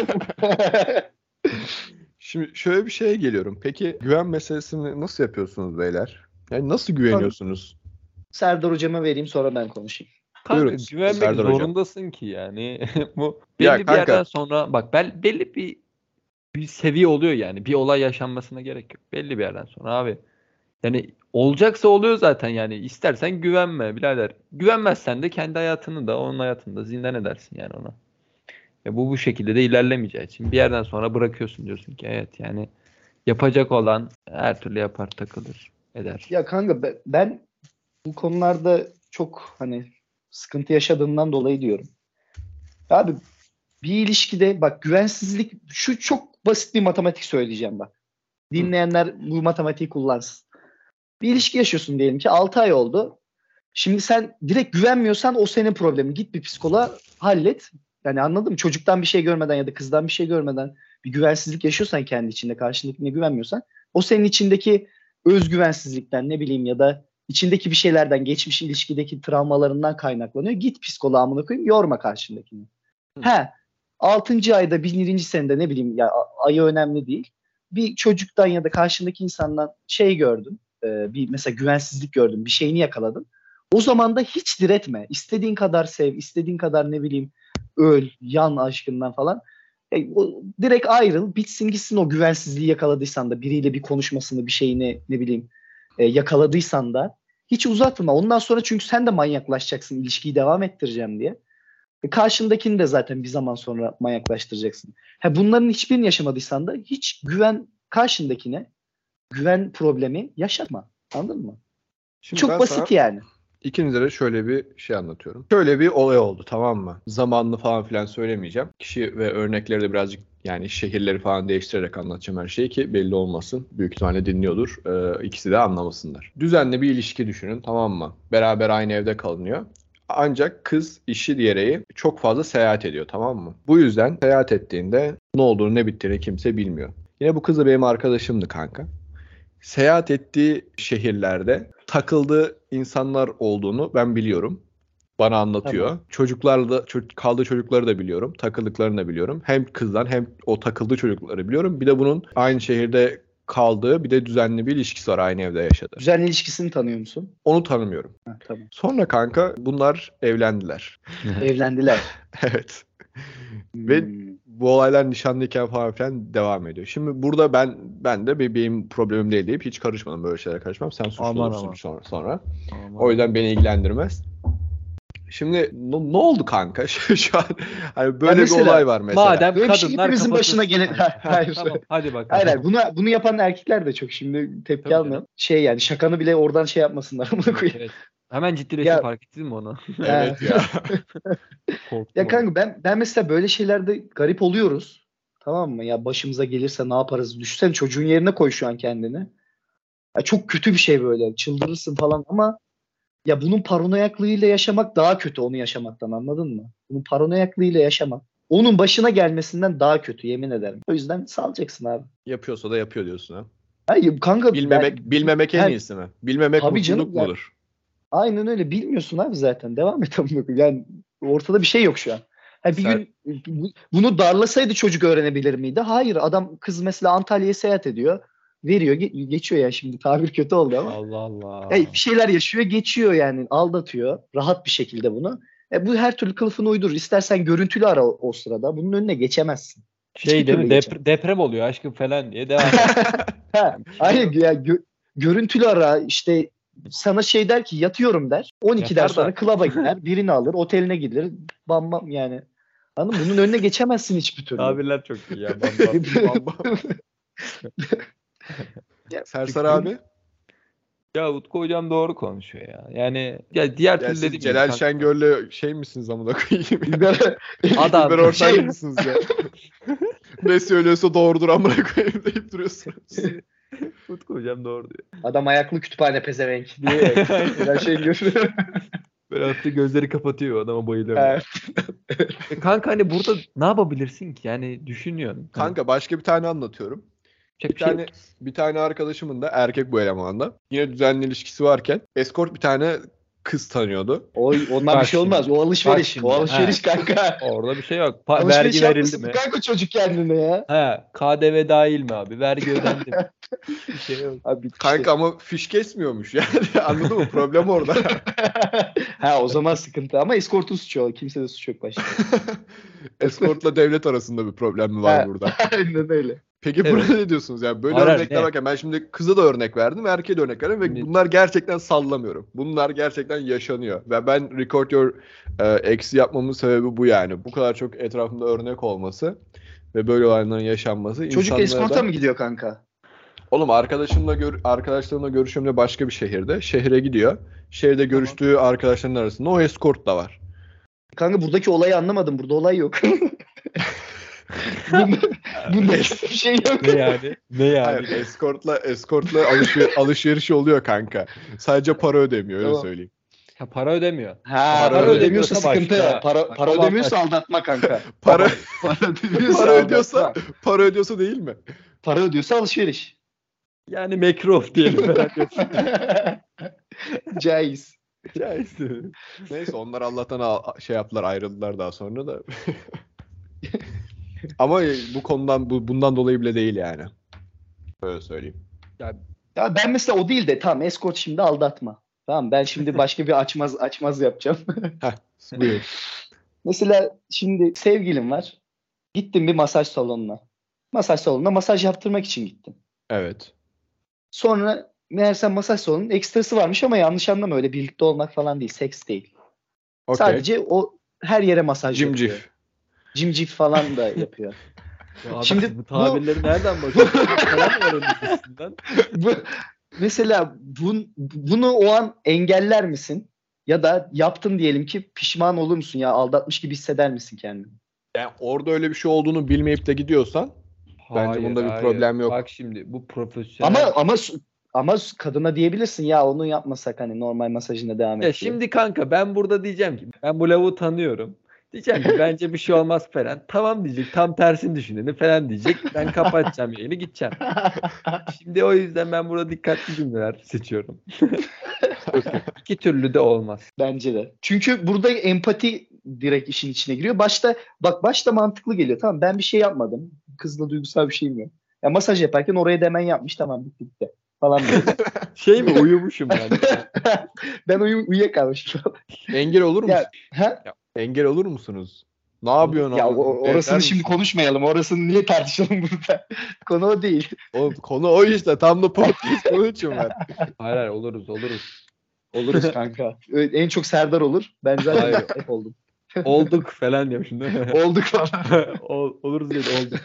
şimdi şöyle bir şeye geliyorum. Peki güven meselesini nasıl yapıyorsunuz beyler? Yani nasıl güveniyorsunuz? Serdar hocama vereyim sonra ben konuşayım. Kanka Buyurun, güvenmek Serdar Hocam. zorundasın ki yani. Bu belli Ya bir kanka- yerden sonra bak, ben belli bir bir seviye oluyor yani. Bir olay yaşanmasına gerek yok. Belli bir yerden sonra abi. Yani olacaksa oluyor zaten yani. İstersen güvenme birader. Güvenmezsen de kendi hayatını da onun hayatını da zindan edersin yani ona. Ya bu bu şekilde de ilerlemeyeceği için bir yerden sonra bırakıyorsun, diyorsun ki evet yani yapacak olan her türlü yapar, takılır, eder. Ya kanka be- ben bu konularda çok hani sıkıntı yaşadığımdan dolayı diyorum. Abi bir ilişkide bak güvensizlik, şu çok basit bir matematik söyleyeceğim bak. Dinleyenler bu matematiği kullansın. Bir ilişki yaşıyorsun diyelim ki altı ay oldu. Şimdi sen direkt güvenmiyorsan o senin problemin. Git bir psikoloğa hallet. Yani anladın mı? Çocuktan bir şey görmeden ya da kızdan bir şey görmeden bir güvensizlik yaşıyorsan kendi içinde, karşındakine güvenmiyorsan o senin içindeki özgüvensizlikten, ne bileyim, ya da içindeki bir şeylerden, geçmiş ilişkideki travmalarından kaynaklanıyor. Git psikoloğa, amına koyayım, yorma karşındakini. He, altıncı ayda, birinci senede, ne bileyim ya, ayı önemli değil. Bir çocuktan ya da karşındaki insandan şey gördün, e, bir mesela güvensizlik gördün, bir şeyini yakaladın. O zaman da hiç diretme. İstediğin kadar sev, istediğin kadar ne bileyim öl, yan aşkından falan. E, o, direkt ayrıl, bitsin gitsin o güvensizliği yakaladıysan da, biriyle bir konuşmasını, bir şeyini ne bileyim e, yakaladıysan da hiç uzatma. Ondan sonra çünkü sen de manyaklaşacaksın ilişkiyi devam ettireceğim diye. E, karşındakini de zaten bir zaman sonra manyaklaştıracaksın. Ha, bunların hiçbirini yaşamadıysan da hiç güven, karşındakine güven problemi yaşatma. Anladın mı? Şimdi Çok ben basit sana, yani. İkinize de şöyle bir şey anlatıyorum. Şöyle bir olay oldu, tamam mı? Zamanını falan filan söylemeyeceğim. Kişi ve örnekleri de birazcık, yani şehirleri falan değiştirerek anlatacağım her şeyi ki belli olmasın. Büyük ihtimalle dinliyordur. Ee, ikisi de anlamasınlar. Düzenli bir ilişki düşünün, tamam mı? Beraber aynı evde kalınıyor. Ancak kız işi gereği çok fazla seyahat ediyor, tamam mı? Bu yüzden seyahat ettiğinde ne olduğunu ne bittiğini kimse bilmiyor. Yine bu kız da benim arkadaşımdı kanka. Seyahat ettiği şehirlerde takıldığı insanlar olduğunu ben biliyorum. Bana anlatıyor. Tamam. Çocuklarla ço- kaldığı çocukları da biliyorum. Takıldıklarını da biliyorum. Hem kızdan hem o takıldığı çocukları biliyorum. Bir de bunun aynı şehirde kaldığı, bir de düzenli bir ilişkisi var, aynı evde yaşadı. Düzenli ilişkisini tanıyor musun? Onu tanımıyorum. Ha, tamam. Sonra kanka bunlar evlendiler. Evlendiler. Evet. Ve Hmm. bu olaylar nişanlıyken falan filan devam ediyor. Şimdi burada ben ben de bir- benim problemim değil deyip hiç karışmadım, böyle şeylere karışmam. Sen suçlu Aman olursun aman. sonra. sonra. Aman. O yüzden beni ilgilendirmez. Şimdi ne, ne oldu kanka? Şu, şu an hani böyle mesela- bir olay var mesela. Madem Böyle bir şey kadınlar hepimizin kapatırsın. başına gelen- Ha, Hayır. Tamam hadi bakalım. Hayır hayır. Bunu, bunu yapan erkekler de çok şimdi tepki Tabii almayalım. Şey yani şakanı bile oradan şey yapmasınlar. Amına Evet, koyayım. evet. Hemen ciddileşti, Ya- fark ettin mi onu? Evet ya. Korktum Ya onu. kanka ben ben mesela böyle şeylerde garip oluyoruz. Tamam mı? Ya başımıza gelirse ne yaparız? Düşünsene çocuğun yerine koy şu an kendini. Ya çok kötü bir şey böyle. Çıldırırsın falan ama ya bunun paranoyaklığıyla yaşamak daha kötü onu yaşamaktan, anladın mı? Bunun paranoyaklığıyla yaşamak onun başına gelmesinden daha kötü, yemin ederim. O yüzden salacaksın abi. Yapıyorsa da yapıyor diyorsun ha. Hayır kanka Bilmemek ben- bilmemek en Ben- iyisi mi? Bilmemek Tabii canım mutluluk ya. mudur? Aynen öyle, bilmiyorsun abi zaten. Devam et amına koyayım. Yani ortada bir şey yok şu an. Ha, bir Sen- gün bu- bunu darlasaydı çocuk öğrenebilir miydi? Hayır, adam kız mesela Antalya'ya seyahat ediyor. Veriyor, ge- geçiyor ya, şimdi tabir kötü oldu ama. Allah Allah. Ya bir şeyler yaşıyor, geçiyor yani, aldatıyor rahat bir şekilde bunu. E bu her türlü kılıfını uydurur. İstersen görüntülü ara o, o sırada. Bunun önüne geçemezsin. Şey Hiçbir değil mi? türlü Dep- deprem oluyor aşkım falan diye devam et. Ha, Bir şey hayır yok. ya, gö- görüntülü ara işte, sana şey der ki yatıyorum der. on ikiden Yatar da. sonra klaba gider. Birini alır, oteline gider. Bam bam yani. Anladın mı? Bunun önüne geçemezsin hiçbir türlü. Tabirler çok iyi ya. Bam bam. Bam bam. Ya, Sersar abi. Ya Utku hocam doğru konuşuyor ya. Yani ya diğer Ya türlü siz dediğim gibi Celal kanka. Şengör'le şey misiniz amına koyayım ya? Biber- Adam Biber ortaylı şey- mısınız ya? Ne söylüyorsa doğrudur amına koyayım deyip duruyorsunuz. Utku hocam doğru diyor. Adam ayaklı kütüphane pezevenk diye. Her şey görüyor. Böyle hafif gözleri kapatıyor, adama bayılıyorum. Evet. E kanka hani burada ne yapabilirsin ki? Yani düşünüyorsun. Kanka başka bir tane anlatıyorum. Hani Bir tane bir tane arkadaşımın da, erkek bu elemanında, yine düzenli ilişkisi varken eskort bir tane kız tanıyordu. O, ondan Bak bir şey olmaz. şimdi. O alışveriş. Bak şimdi. O alışveriş Ha. kanka. orada bir şey yok. Pa- Alışveriş vergi verildi yapmasın mi? kanka çocuk kendine ya. Ha, K D V dahil mi abi? Vergi ödendi mi? Bir şey yok. Abi bitti. Kanka ama fiş kesmiyormuş yani. Anladın mı? Problem orada. Ha, o zaman sıkıntı ama eskortun suçu o. Kimse de suç yok başta. Eskortla devlet arasında bir problem mi var Ha. burada? Aynen öyle. Peki Evet. burada ne diyorsunuz? Yani böyle Hayır, hayır, örnekler ne? varken ben şimdi kıza da örnek verdim, erkeğe de örnek verdim ve Şimdi- bunlar gerçekten sallamıyorum. Bunlar gerçekten yaşanıyor. Ve ben Record Your e, X'i yapmamın sebebi bu yani. Bu kadar çok etrafımda örnek olması ve böyle olayların yaşanması. Çocuk insanlara eskorta da- mı gidiyor kanka? Oğlum arkadaşımla gör arkadaşlarımla görüşüyorum da başka bir şehirde. Şehre gidiyor. Şehirde görüştüğü arkadaşların arasında o eskort da var. Kanka buradaki olayı anlamadım. Burada olay yok. bunda, bunda hiçbir şey yok. Ne yani? Ne yani? Hayır, eskortla eskortla alışver- alışveriş oluyor kanka. Sadece para ödemiyor, öyle Tamam. söyleyeyim. Ha, para ödemiyor. Ha, Para para, ödemiyorsa ödemiyorsa sıkıntı. başka. Para, para Tamam, ödemiyorsa aldatma kanka. Para Para ödemiyorsa para ödüyorsa aldatma. para ödüyorsa değil mi? Para ödüyorsa alışveriş. Yani mekruh diyelim merak etme. Caiz. Ya işte. Neyse onlar Allah'tan al- şey yaptılar, ayrıldılar daha sonra da. Ama bu konudan bu bundan dolayı bile değil yani. Böyle söyleyeyim. Ya ben mesela o değil de tamam, escort şimdi aldatma. Tamam, ben şimdi başka bir açmaz açmaz yapacağım. Buyur. Mesela şimdi sevgilim var. Gittim bir masaj salonuna. Masaj salonuna masaj yaptırmak için gittim. Evet. Sonra meğerse masaj salonunun ekstrası varmış ama yanlış anlama, öyle birlikte olmak falan değil. Seks değil. Okey. Sadece o her yere masaj yapıyor. Cimcif. Cimcif falan da yapıyor. Ya adam, Şimdi bu bu- tabirleri nereden bakıyorsun? Falan mı öğrendin? Bu, mesela bun, bunu o an engeller misin? Ya da yaptın diyelim ki pişman olur musun ya, aldatmış gibi hisseder misin kendini? Yani orada öyle bir şey olduğunu bilmeyip de gidiyorsan bence Hayır, bunda bir hayır. problem yok. Bak şimdi bu Ama profesyonel. ama ama kadına diyebilirsin ya, onu yapmasak hani normal masajına devam et Ya diye. şimdi kanka ben burada diyeceğim ki ben bu lavuğu tanıyorum. Diyeceğim ki bence bir şey olmaz falan. Tamam diyecek, tam tersini düşüneni falan diyecek. Ben kapatacağım yayını, gideceğim. Şimdi o yüzden ben burada dikkatli cümleler seçiyorum. Yok, yok. İki türlü de olmaz. Bence de. Çünkü burada empati direkt işin içine giriyor. Başta bak başta mantıklı geliyor. Tamam, ben bir şey yapmadım. Kızla duygusal bir şeyim yok. Ya masaj yaparken oraya da hemen yapmış, tamam bitti bitti falan böyle. Şey mi, uyumuşum yani. Ben uyu uyuyakalmışım. Engel olur musun? Ya, ha? Engel olur musunuz? Ne yapıyorsun? Ya oğlum? o- Yeter orasını misin? şimdi konuşmayalım. Orasını niye tartışalım burada? Konu o değil. O konu o işte. Tam da podcast konu için var. Hayır hayır, oluruz oluruz. Oluruz kanka. En çok Serdar olur. Ben zaten Hayır. hep oldum. Olduk falan diyorum şimdi. Olduk falan. Ol, oluruz değil, olduk.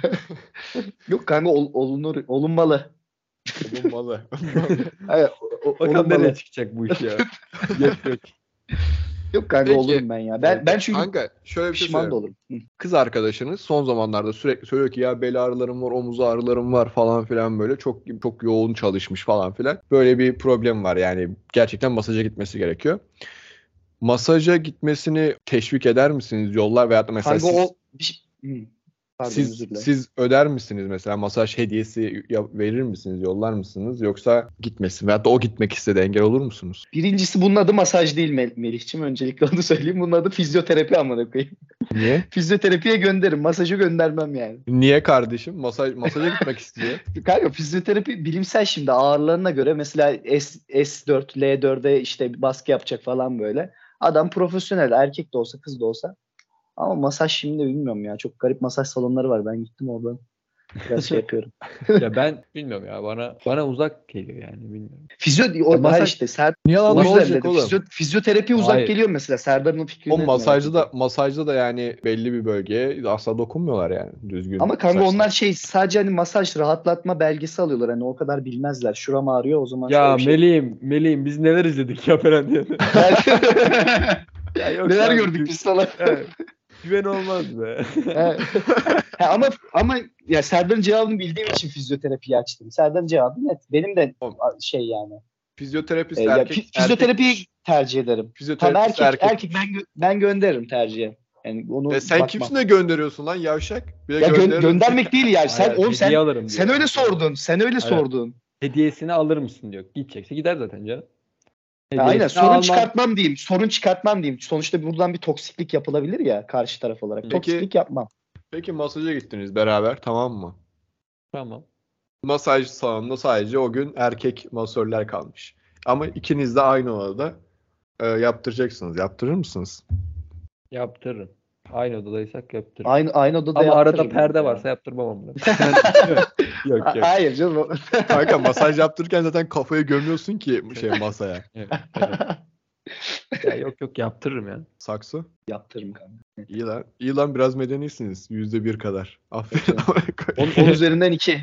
Yok kanka, ol- olunur, olunmalı. Olunmalı. Hayır, o- o- Bakalım olunmalı. nereye çıkacak bu iş ya. Yok yok. Yok kanka, Peki. olurum ben ya. Ben ben çünkü Kanka şöyle bir şey pişman da söyleyeyim. olurum. Hı. Kız arkadaşınız son zamanlarda sürekli söylüyor ki ya bel ağrılarım var, omuz ağrılarım var falan filan böyle. Çok çok yoğun çalışmış falan filan. Böyle bir problem var yani gerçekten masaja gitmesi gerekiyor. Masaja gitmesini teşvik eder misiniz? Yollar veyahut da mesela Kanka siz, o bir şey- Hı. Pardon, siz, özür dilerim. siz öder misiniz mesela masaj hediyesi ya- verir misiniz, yollar mısınız yoksa gitmesin veyahut da o gitmek istedi engel olur musunuz? Birincisi bunun adı masaj değil Mel- Melih'ciğim. Öncelikle onu söyleyeyim. Bunun adı fizyoterapi, amına koyayım. Niye? Fizyoterapiye gönderirim. Masajı göndermem yani. Niye kardeşim? Masaj masaja gitmek istiyor. Kanka fizyoterapi bilimsel, şimdi ağırlarına göre mesela S, S4, L dörde işte baskı yapacak falan böyle. Adam profesyonel, erkek de olsa kız da olsa. Ama masaj şimdi bilmiyorum ya. Çok garip masaj salonları var. Ben gittim oradan. Biraz şey yapıyorum. Ya ben bilmiyorum ya, bana bana uzak geliyor yani, bilmiyorum. Fizyo, o, Ya masaj- hayır işte Ser, Niye lan o ne yüzden olacak dedim. oğlum? Fizyo, fizyoterapi uzak Hayır. geliyor mesela. Serdar'ın fikrini O merak masajda da ediyorum. masajda da yani belli bir bölgeye asla dokunmuyorlar yani düzgün. Ama kanka masajla. onlar şey, sadece hani masaj rahatlatma belgesi alıyorlar. Hani o kadar bilmezler. Şuram ağrıyor, o zaman Ya şöyle bir şey. Meleğim, Meleğim biz neler izledik ya falan diye. Ya yok Neler abi, gördük gü- biz sana. Evet. Güven olmaz be. Evet. Ha, ama ama ya Serdar'ın cevabını bildiğim için fizyoterapiyi açtım. Serdar'ın cevabı net. Benim de şey yani. Fizyoterapist E, ya, erkek, fi- fizyoterapiyi erkek tercih ederim. Tam fizyoterapist erkek erkek. erkek, ben gö- ben gönderirim tercihe. Yani onu E sen bakmam. kimsin de gönderiyorsun lan yavşak? Bir de Ya gö- gönderir göndermek değil yani. Sen Hayır, oğlum sen hediye alırım diyor. sen öyle sordun. Sen öyle sordun. Hediyesini alır mısın diyor. Gidecekse gider zaten canım. Ya aynen, Hediyesini sorun almam. çıkartmam diyeyim. Sorun çıkartmam diyeyim. Sonuçta buradan bir toksiklik yapılabilir ya karşı taraf olarak. Peki- Toksiklik yapmam. Peki masaja gittiniz beraber, tamam mı? Tamam. Masaj salonunda sadece o gün erkek masörler kalmış. Ama ikiniz de aynı odada e, yaptıracaksınız. Yaptırır mısınız? Yaptırırım. Aynı odadaysak yaptırırım. Aynı aynı odada Ama arada yaptırırım perde ya. varsa yaptırmam onu. Yok Ha- yok. Hayır canım. Kanka masaj yaptırırken zaten kafayı gömüyorsun ki şey masaya. Evet, evet. Ya yok yok, yaptırırım ya. Saksı. Yaptırırım kanka. İyi lan. İyi lan, biraz medenisiniz. Yüzde bir kadar. Aferin. Onun, onun üzerinden iki.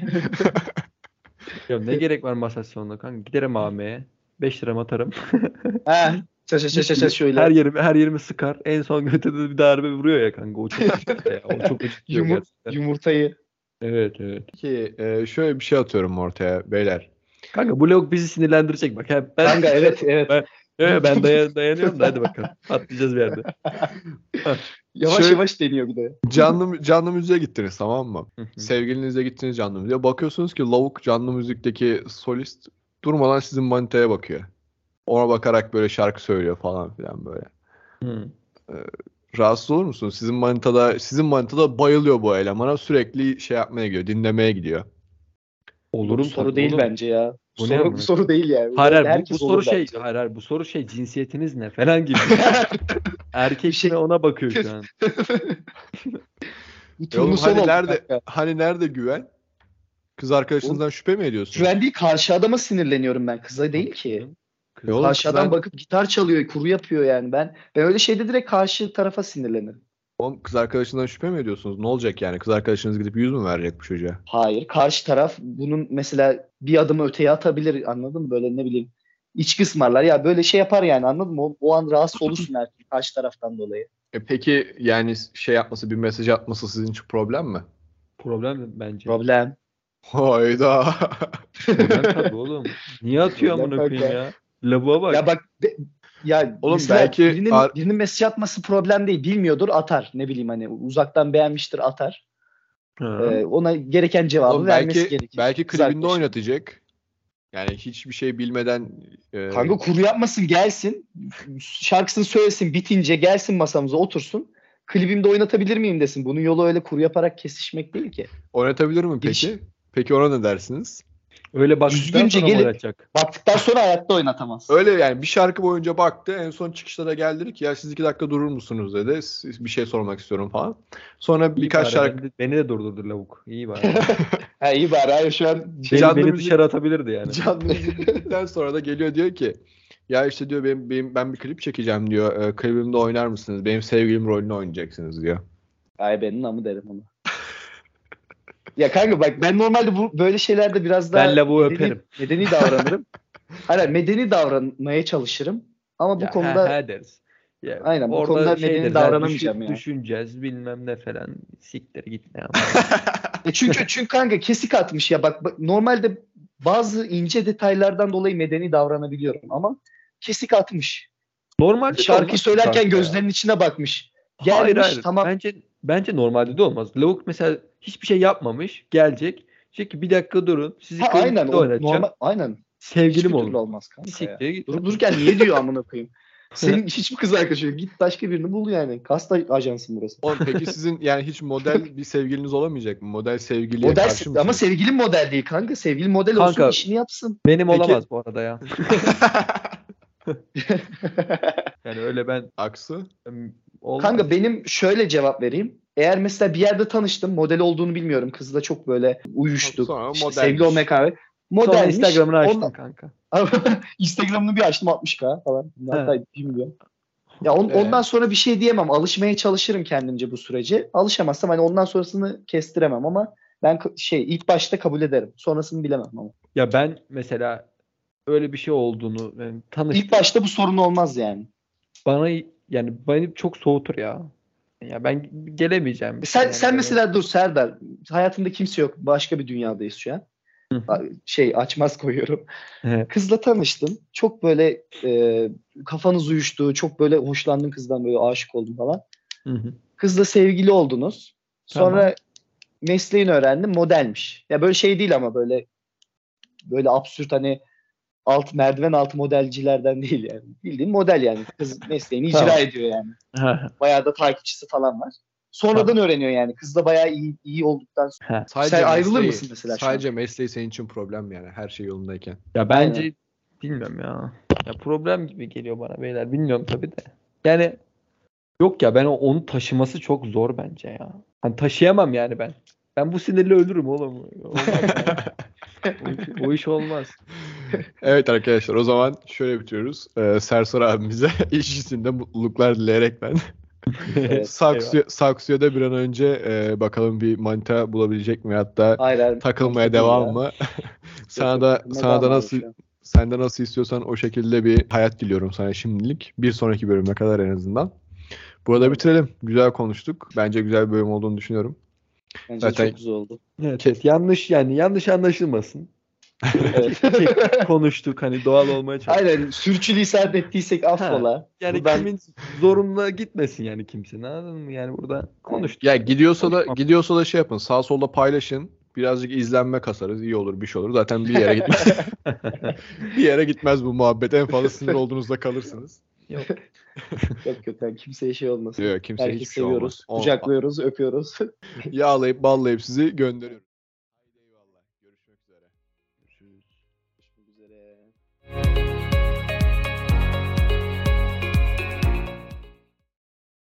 Ya ne gerek var masaj salonuna kanka? Giderim A V M'ye. beş lira atarım. Ha, şaşa şaşa şaşa şöyle. Her yerimi her yerimi sıkar. En son götürdüğü bir darbe vuruyor ya kanka. O çok acıtıyor ya. O çok acıtıyor Yumur, gerçekten. yumurtayı. Evet evet. Peki e, şöyle bir şey atıyorum ortaya beyler. Kanka bu lavuk bizi sinirlendirecek bak. Ha, ben, Kanka evet evet. Ben- Evet, ben dayan, dayanıyorum da hadi bakalım. Patlayacağız bir yerde. Yavaş Şöyle- yavaş deniyor bir de. Canlı canlı müziğe gittiniz, tamam mı? Hı hı. Sevgilinizle gittiniz canlı müziğe. Bakıyorsunuz ki lavuk canlı müzikteki solist durmadan sizin manitaya bakıyor. Ona bakarak böyle şarkı söylüyor falan filan böyle. Hı. Rahatsız olur musunuz? Sizin manitada sizin manitada bayılıyor bu elemana. Sürekli şey yapmaya gidiyor, dinlemeye gidiyor. Olurum Bu soru tabii değil oğlum. bence ya. Bu, Bu ne soru, ama? bu soru değil yani. Hayır hayır bu, Herkes bu olur soru şey bence. hayır hayır bu soru şey cinsiyetiniz ne falan gibi. Erkek şey- mi ona bakıyor şu an. Bu E oğlum, turnusol hani oldu nerede kanka. hani nerede güven? Kız arkadaşınızdan şüphe mi ediyorsunuz? Güven değil, karşı adama sinirleniyorum ben. Kıza değil ki. Kız- E oğlum, Karşı adam kız- bakıp gitar çalıyor, kuru yapıyor yani. Ben ben öyle şeyde direkt karşı tarafa sinirlenirim. Oğlum, kız arkadaşından şüphe mi ediyorsunuz? Ne olacak yani? Kız arkadaşınız gidip yüz mü verecek bu çocuğa? Hayır, karşı taraf bunun mesela bir adımı öteye atabilir, anladın mı? Böyle ne bileyim, İçki ısmarlar. Ya böyle şey yapar yani, anladın mı? O, o an rahatsız olursun her türlü karşı taraftan dolayı. E peki yani şey yapması, bir mesaj atması sizin için problem mi? Problem mi bence? Problem. Hayda. Problem tabii oğlum. Niye atıyor Problem amına koyayım kanka. ya? Lavuğa bak. Ya bak be- ya Oğlum mesela belki birinin, ar- birinin mesaj atması problem değil. Bilmiyordur, atar. Ne bileyim hani uzaktan beğenmiştir, atar. Ha. Ee, ona gereken cevabı Oğlum vermesi belki gerekir. belki Kız klibinde arkadaşım. oynatacak. Yani hiçbir şey bilmeden e, Kanka kuru yapmasın, gelsin. Şarkısını söylesin, bitince gelsin masamıza otursun. Klibimde oynatabilir miyim desin. Bunun yolu öyle kuru yaparak kesişmek değil ki. oynatabilir mi peki? Giriş- Peki ona ne dersiniz? Öyle baktıktan Düzgünce sonra mı gelip- oynatacak? Baktıktan sonra hayatta oynatamaz. Öyle yani bir şarkı boyunca baktı. En son çıkışta da geldi dedi ki ya siz iki dakika durur musunuz dedi. Siz- Bir şey sormak istiyorum falan. Sonra İyi birkaç bari, şarkı beni de, beni de durdurdu lavuk. İyi bari. Ha iyi bari. Hayır şu an beni, Canlı beni müzik- dışarı atabilirdi yani. canlı müzik bittikten sonra da geliyor diyor ki ya işte diyor benim, benim ben bir klip çekeceğim diyor. E, klibimde oynar mısınız? Benim sevgilim rolünü oynayacaksınız diyor. ay benim namı derim ona. Ya kanka bak, ben normalde bu böyle şeylerde biraz daha Ben lavuğu medeni, öperim. medeni davranırım. Hayır, medeni davranmaya çalışırım. Ama bu Ya, konuda he, he deriz. Ya, aynen, bu orada konuda şey medeni deriz, ha, davranamayacağım düşün- ya. Düşüneceğiz bilmem ne falan. Siktir gitme ya. E çünkü çünkü kanka kesik atmış ya, bak, bak normalde bazı ince detaylardan dolayı medeni davranabiliyorum ama kesik atmış. Normalde de Şarkıyı olmaz söylerken kanka ya. gözlerinin içine bakmış. Gelmiş, Hayır hayır. tamam. Bence bence normalde de olmaz. Lavuk mesela hiçbir şey yapmamış. Gelecek. Diyecek ki bir dakika durun. Sizi Ha, aynen klipte o oynatacağım. normal, aynen. Sevgilim Hiçbir olun. türlü olmaz kanka ya. Siktir git. Durup dururken niye diyor amına koyayım? Senin hiç mi kız arkadaşın yok? Git başka birini bul yani. Kasta ajansın burası. Oğlum peki sizin yani hiç model bir sevgiliniz olamayacak mı? Model sevgiliye Model, karşı mısınız? ama sevgilin model değil kanka. Sevgilin model olsun, Kanka- işini yapsın. Benim Peki- olamaz bu arada ya. Yani öyle ben Aksı? em, olmaz. Kanka benim şöyle cevap vereyim. Eğer mesela bir yerde tanıştım, model olduğunu bilmiyorum. Kızla çok böyle uyuştuk. Sonra İşte modelmiş. sevgili olmaya karar verdik. Sonra Modelmiş. Instagram'ını açtım Ondan- kanka. Instagram'ını bir açtım, altmış bin falan. Hatta bir milyon. Ya on- Evet. ondan sonra bir şey diyemem. Alışmaya çalışırım kendimce bu sürece. Alışamazsam hani ondan sonrasını kestiremem ama ben k- şey ilk başta kabul ederim. Sonrasını bilemem ama. Ya ben mesela öyle bir şey olduğunu yani tanıştım. İlk başta bu sorun olmaz yani. Bana yani beni çok soğutur ya. Ya ben gelemeyeceğim. E Sen Yani sen böyle- mesela dur Serdar. Hayatında kimse yok. Başka bir dünyadayız şu an. Hı hı. Şey açmaz koyuyorum. Evet. Kızla tanıştın. Çok böyle e, kafanız uyuştu. Çok böyle hoşlandın kızdan, böyle aşık oldun falan. Hı hı. Kızla sevgili oldunuz. Sonra Tamam. mesleğini öğrendin, modelmiş. Ya böyle şey değil ama böyle böyle absürt hani alt merdiven altı modelcilerden değil yani. Bildiğin model yani. Kız mesleğini icra Tamam. ediyor yani. Ha, Bayağı da takipçisi falan var. Sonradan öğreniyor yani. Kız da bayağı iyi iyi olduktan sonra. ha. Sadece Sen ayrılır mesleği- mısın mesela şu an? Sadece mesleği senin için problem yani her şey yolundayken. Ya bence Aynen. bilmiyorum ya. Ya problem gibi geliyor bana beyler. Bilmiyorum tabii de. Yani yok ya, ben o- onu taşıması çok zor bence ya. Hani taşıyamam yani ben. Ben bu sinirle ölürüm oğlum. Olmaz yani. o, iş, o iş olmaz. Evet arkadaşlar o zaman şöyle bitiriyoruz. Ee, Sersar abimize ilişkisinde mutluluklar dileyerek ben. Evet, Saksu'ya, Saksu'ya da bir an önce e, bakalım bir manita bulabilecek mi, hatta Hayır, hayır. takılmaya Yok, yok devam ya. mı? Yok, sana yok, da takılmaya sana da devam abi nasıl şu an. senden nasıl istiyorsan o şekilde bir hayat diliyorum sana şimdilik. Bir sonraki bölüme kadar en azından. Burada Evet. bitirelim. Güzel konuştuk. Bence güzel bir bölüm olduğunu düşünüyorum. Bence Zaten- çok güzel oldu. Evet, evet, yanlış yani yanlış anlaşılmasın. Evet. Çek, konuştuk hani doğal olmaya çalıştık. Aynen, sürçülisan ettiysek affola. Yani Buradan- kimin zorunla gitmesin yani kimsenin, anladın mı? Yani burada konuştuk. Ya gidiyorsa da Konuşma. gidiyorsa da şey yapın. Sağ solda paylaşın. Birazcık izlenme kasarız. İyi olur, bir şey olur. Zaten bir yere gitmez. bir yere gitmez bu muhabbet. En fazla sinir olduğunuzda kalırsınız. Yok. Yok yok, yani kimseye şey olmasın. Yok kimseye Herkes hiçbir şey seviyoruz. olmaz. O- Kucaklıyoruz, öpüyoruz. Yağlayıp ballayıp sizi gönderiyorum.